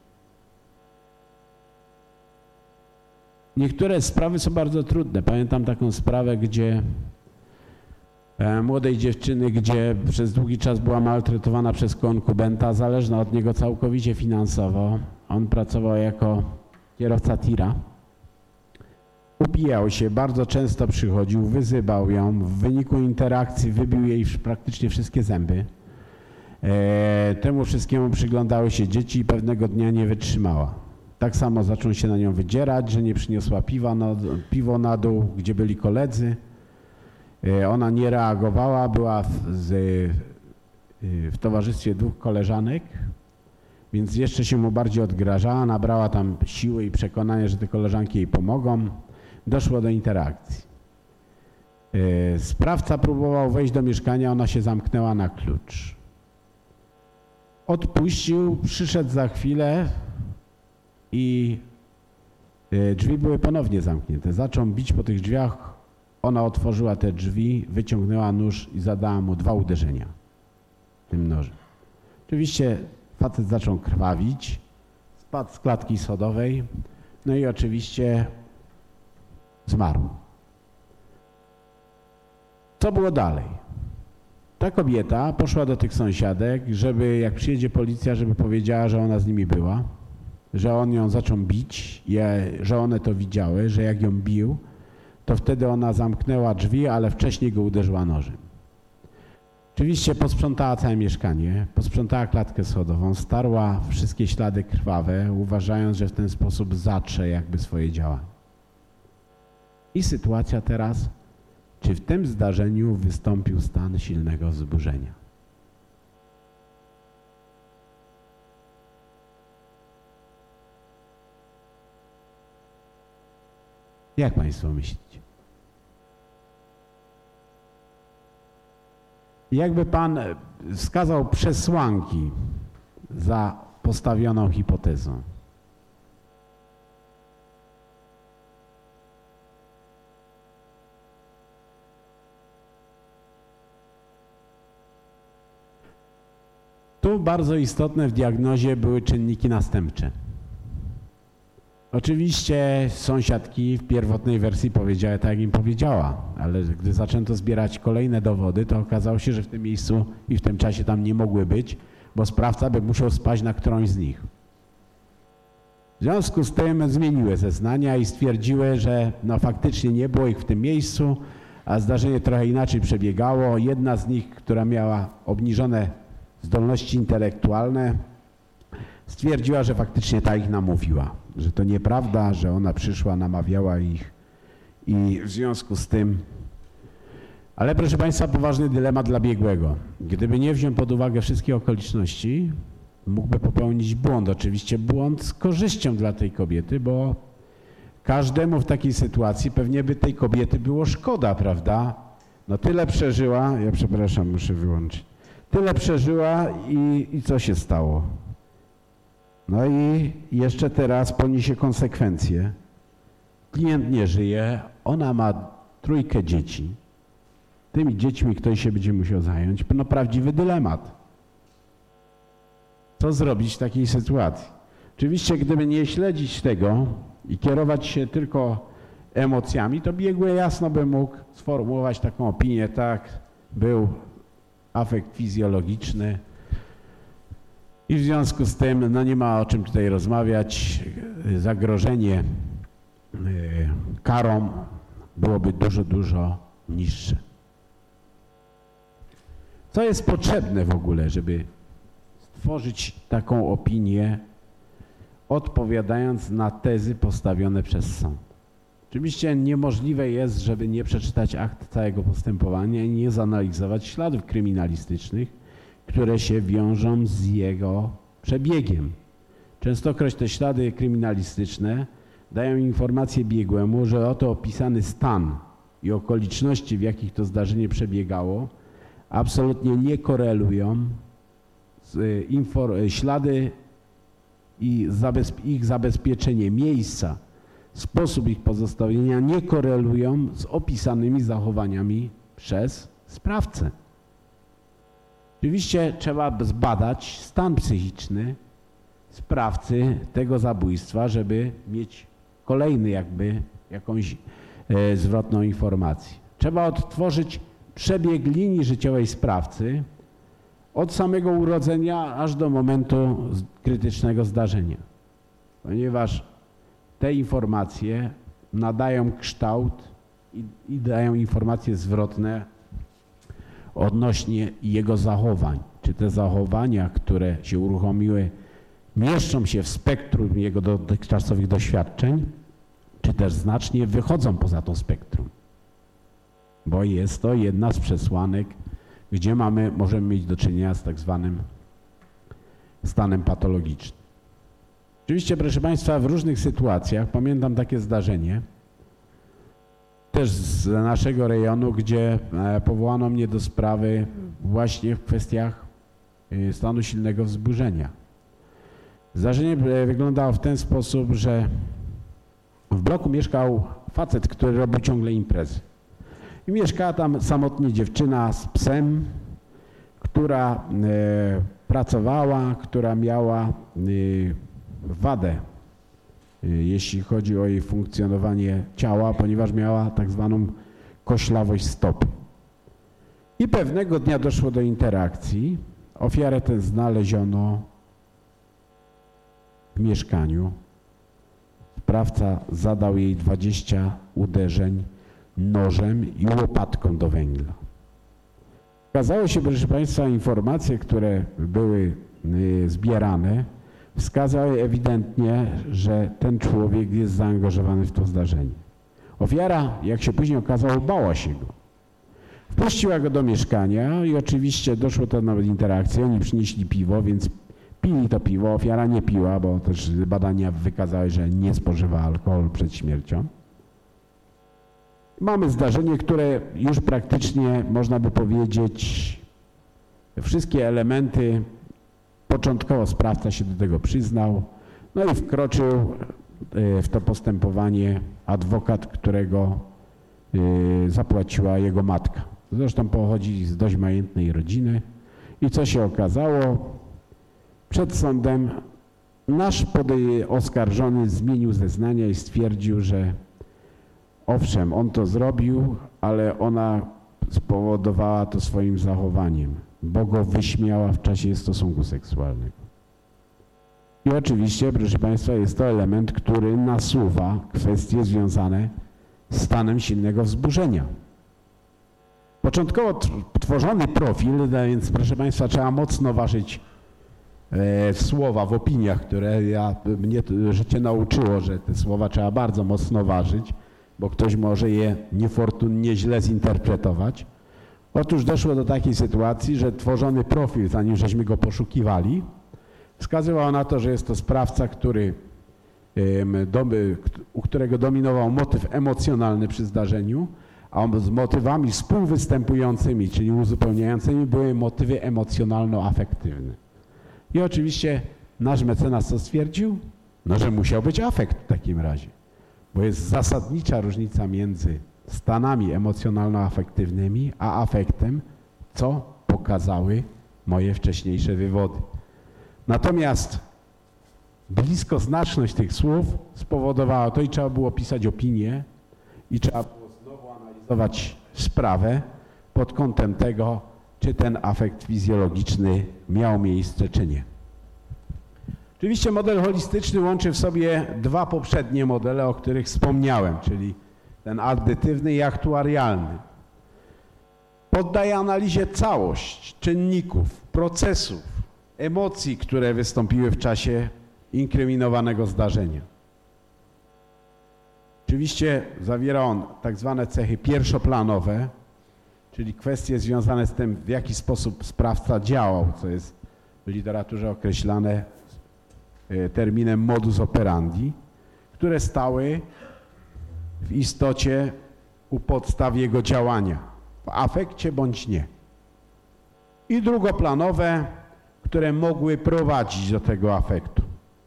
Niektóre sprawy są bardzo trudne. Pamiętam taką sprawę, gdzie młodej dziewczyny, gdzie przez długi czas była maltretowana przez konkubenta, zależna od niego całkowicie finansowo. On pracował jako kierowca tira. Upijał się, bardzo często przychodził, wyzywał ją. W wyniku interakcji wybił jej praktycznie wszystkie zęby. Temu wszystkiemu przyglądały się dzieci i pewnego dnia nie wytrzymała. Tak samo zaczął się na nią wydzierać, że nie przyniosła piwo na dół, gdzie byli koledzy. Ona nie reagowała, była w towarzystwie 2 koleżanek, więc jeszcze się mu bardziej odgrażała, nabrała tam siły i przekonania, że te koleżanki jej pomogą. Doszło do interakcji. Sprawca próbował wejść do mieszkania, ona się zamknęła na klucz. Odpuścił, przyszedł za chwilę i drzwi były ponownie zamknięte. Zaczął bić po tych drzwiach, ona otworzyła te drzwi, wyciągnęła nóż i zadała mu 2 uderzenia tym nożem. Oczywiście facet zaczął krwawić, spadł z klatki schodowej, no i oczywiście zmarł. Co było dalej? Ta kobieta poszła do tych sąsiadek, żeby jak przyjedzie policja, żeby powiedziała, że ona z nimi była, że on ją zaczął bić, że one to widziały, że jak ją bił, to wtedy ona zamknęła drzwi, ale wcześniej go uderzyła nożem. Oczywiście posprzątała całe mieszkanie, posprzątała klatkę schodową, starła wszystkie ślady krwawe, uważając, że w ten sposób zatrze jakby swoje działania. I sytuacja teraz, czy w tym zdarzeniu wystąpił stan silnego wzburzenia? Jak Państwo myślicie? Jakby Pan wskazał przesłanki za postawioną hipotezą? Tu bardzo istotne w diagnozie były czynniki następcze. Oczywiście sąsiadki w pierwotnej wersji powiedziały tak, jak im powiedziała, ale gdy zaczęto zbierać kolejne dowody, to okazało się, że w tym miejscu i w tym czasie tam nie mogły być, bo sprawca by musiał spaść na którąś z nich. W związku z tym zmieniły zeznania i stwierdziły, że no faktycznie nie było ich w tym miejscu, a zdarzenie trochę inaczej przebiegało. Jedna z nich, która miała obniżone zdolności intelektualne, stwierdziła, że faktycznie ta ich namówiła, że to nieprawda, że ona przyszła, namawiała ich i w związku z tym... Ale proszę Państwa, poważny dylemat dla biegłego. Gdyby nie wziął pod uwagę wszystkich okoliczności, mógłby popełnić błąd. Oczywiście błąd z korzyścią dla tej kobiety, bo każdemu w takiej sytuacji pewnie by tej kobiety było szkoda, prawda? No tyle przeżyła, ja przepraszam, muszę wyłączyć. Tyle przeżyła i co się stało? No i jeszcze teraz poniesie konsekwencje. Klient nie żyje, ona ma 3 dzieci. Tymi dziećmi ktoś się będzie musiał zająć. No prawdziwy dylemat. Co zrobić w takiej sytuacji? Oczywiście gdyby nie śledzić tego i kierować się tylko emocjami, to biegły jasno by mógł sformułować taką opinię, tak, był afekt fizjologiczny i w związku z tym no nie ma o czym tutaj rozmawiać. Zagrożenie karą byłoby dużo niższe. Co jest potrzebne w ogóle, żeby stworzyć taką opinię, odpowiadając na tezy postawione przez sąd? Oczywiście niemożliwe jest, żeby nie przeczytać akt całego postępowania i nie zanalizować śladów kryminalistycznych, które się wiążą z jego przebiegiem. Częstokroć te ślady kryminalistyczne dają informację biegłemu, że oto opisany stan i okoliczności, w jakich to zdarzenie przebiegało, absolutnie nie korelują ślady i ich zabezpieczenie miejsca, sposób ich pozostawienia nie korelują z opisanymi zachowaniami przez sprawcę. Oczywiście trzeba zbadać stan psychiczny sprawcy tego zabójstwa, żeby mieć kolejny jakąś zwrotną informację. Trzeba odtworzyć przebieg linii życiowej sprawcy od samego urodzenia aż do momentu krytycznego zdarzenia, ponieważ te informacje nadają kształt i dają informacje zwrotne odnośnie jego zachowań. Czy te zachowania, które się uruchomiły, mieszczą się w spektrum jego dotychczasowych doświadczeń, czy też znacznie wychodzą poza to spektrum. Bo jest to jedna z przesłanek, gdzie możemy mieć do czynienia z tak zwanym stanem patologicznym. Oczywiście, proszę Państwa, w różnych sytuacjach, pamiętam takie zdarzenie, też z naszego rejonu, gdzie powołano mnie do sprawy właśnie w kwestiach stanu silnego wzburzenia. Zdarzenie wyglądało w ten sposób, że w bloku mieszkał facet, który robił ciągle imprezy. I mieszkała tam samotnie dziewczyna z psem, która pracowała, która miała wadę, jeśli chodzi o jej funkcjonowanie ciała, ponieważ miała tak zwaną koślawość stopy. I pewnego dnia doszło do interakcji. Ofiarę tę znaleziono w mieszkaniu. Sprawca zadał jej 20 uderzeń nożem i łopatką do węgla. Okazało się, proszę Państwa, informacje, które były zbierane, wskazały ewidentnie, że ten człowiek jest zaangażowany w to zdarzenie. Ofiara, jak się później okazało, bała się go. Wpuściła go do mieszkania i oczywiście doszło to nawet interakcji. Oni przynieśli piwo, więc pili to piwo. Ofiara nie piła, bo też badania wykazały, że nie spożywa alkoholu przed śmiercią. Mamy zdarzenie, które już praktycznie, można by powiedzieć, wszystkie elementy, początkowo sprawca się do tego przyznał, no i wkroczył w to postępowanie adwokat, którego zapłaciła jego matka. Zresztą pochodzi z dość majętnej rodziny. I co się okazało? przed sądem nasz oskarżony zmienił zeznania i stwierdził, że owszem, on to zrobił, ale ona spowodowała to swoim zachowaniem, bo go wyśmiała w czasie stosunku seksualnego. I oczywiście, proszę Państwa, jest to element, który nasuwa kwestie związane z stanem silnego wzburzenia. Początkowo tworzony profil, więc proszę Państwa, trzeba mocno ważyć słowa w opiniach, które mnie życie nauczyło, że te słowa trzeba bardzo mocno ważyć, bo ktoś może je niefortunnie źle zinterpretować. Otóż doszło do takiej sytuacji, że tworzony profil, zanim żeśmy go poszukiwali, wskazywał na to, że jest to sprawca, u którego dominował motyw emocjonalny przy zdarzeniu, a z motywami współwystępującymi, czyli uzupełniającymi, były motywy emocjonalno-afektywne. I oczywiście nasz mecenas co stwierdził? No, że musiał być afekt w takim razie, bo jest zasadnicza różnica między stanami emocjonalno-afektywnymi a afektem, co pokazały moje wcześniejsze wywody. Natomiast bliskoznaczność tych słów spowodowała to i trzeba było pisać opinię i trzeba było znowu analizować sprawę pod kątem tego, czy ten afekt fizjologiczny miał miejsce, czy nie. Oczywiście model holistyczny łączy w sobie dwa poprzednie modele, o których wspomniałem, czyli ten addytywny i aktuarialny. Poddaje analizie całość czynników, procesów, emocji, które wystąpiły w czasie inkryminowanego zdarzenia. Oczywiście zawiera on tak zwane cechy pierwszoplanowe, czyli kwestie związane z tym, w jaki sposób sprawca działał, co jest w literaturze określane terminem modus operandi, które stały w istocie u podstaw jego działania, w afekcie bądź nie. I drugoplanowe, które mogły prowadzić do tego afektu.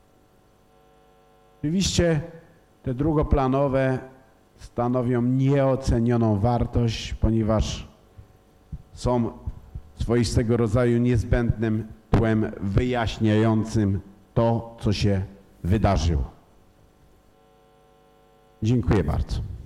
Oczywiście te drugoplanowe stanowią nieocenioną wartość, ponieważ są swoistego rodzaju niezbędnym tłem wyjaśniającym to, co się wydarzyło. Dziękuję bardzo.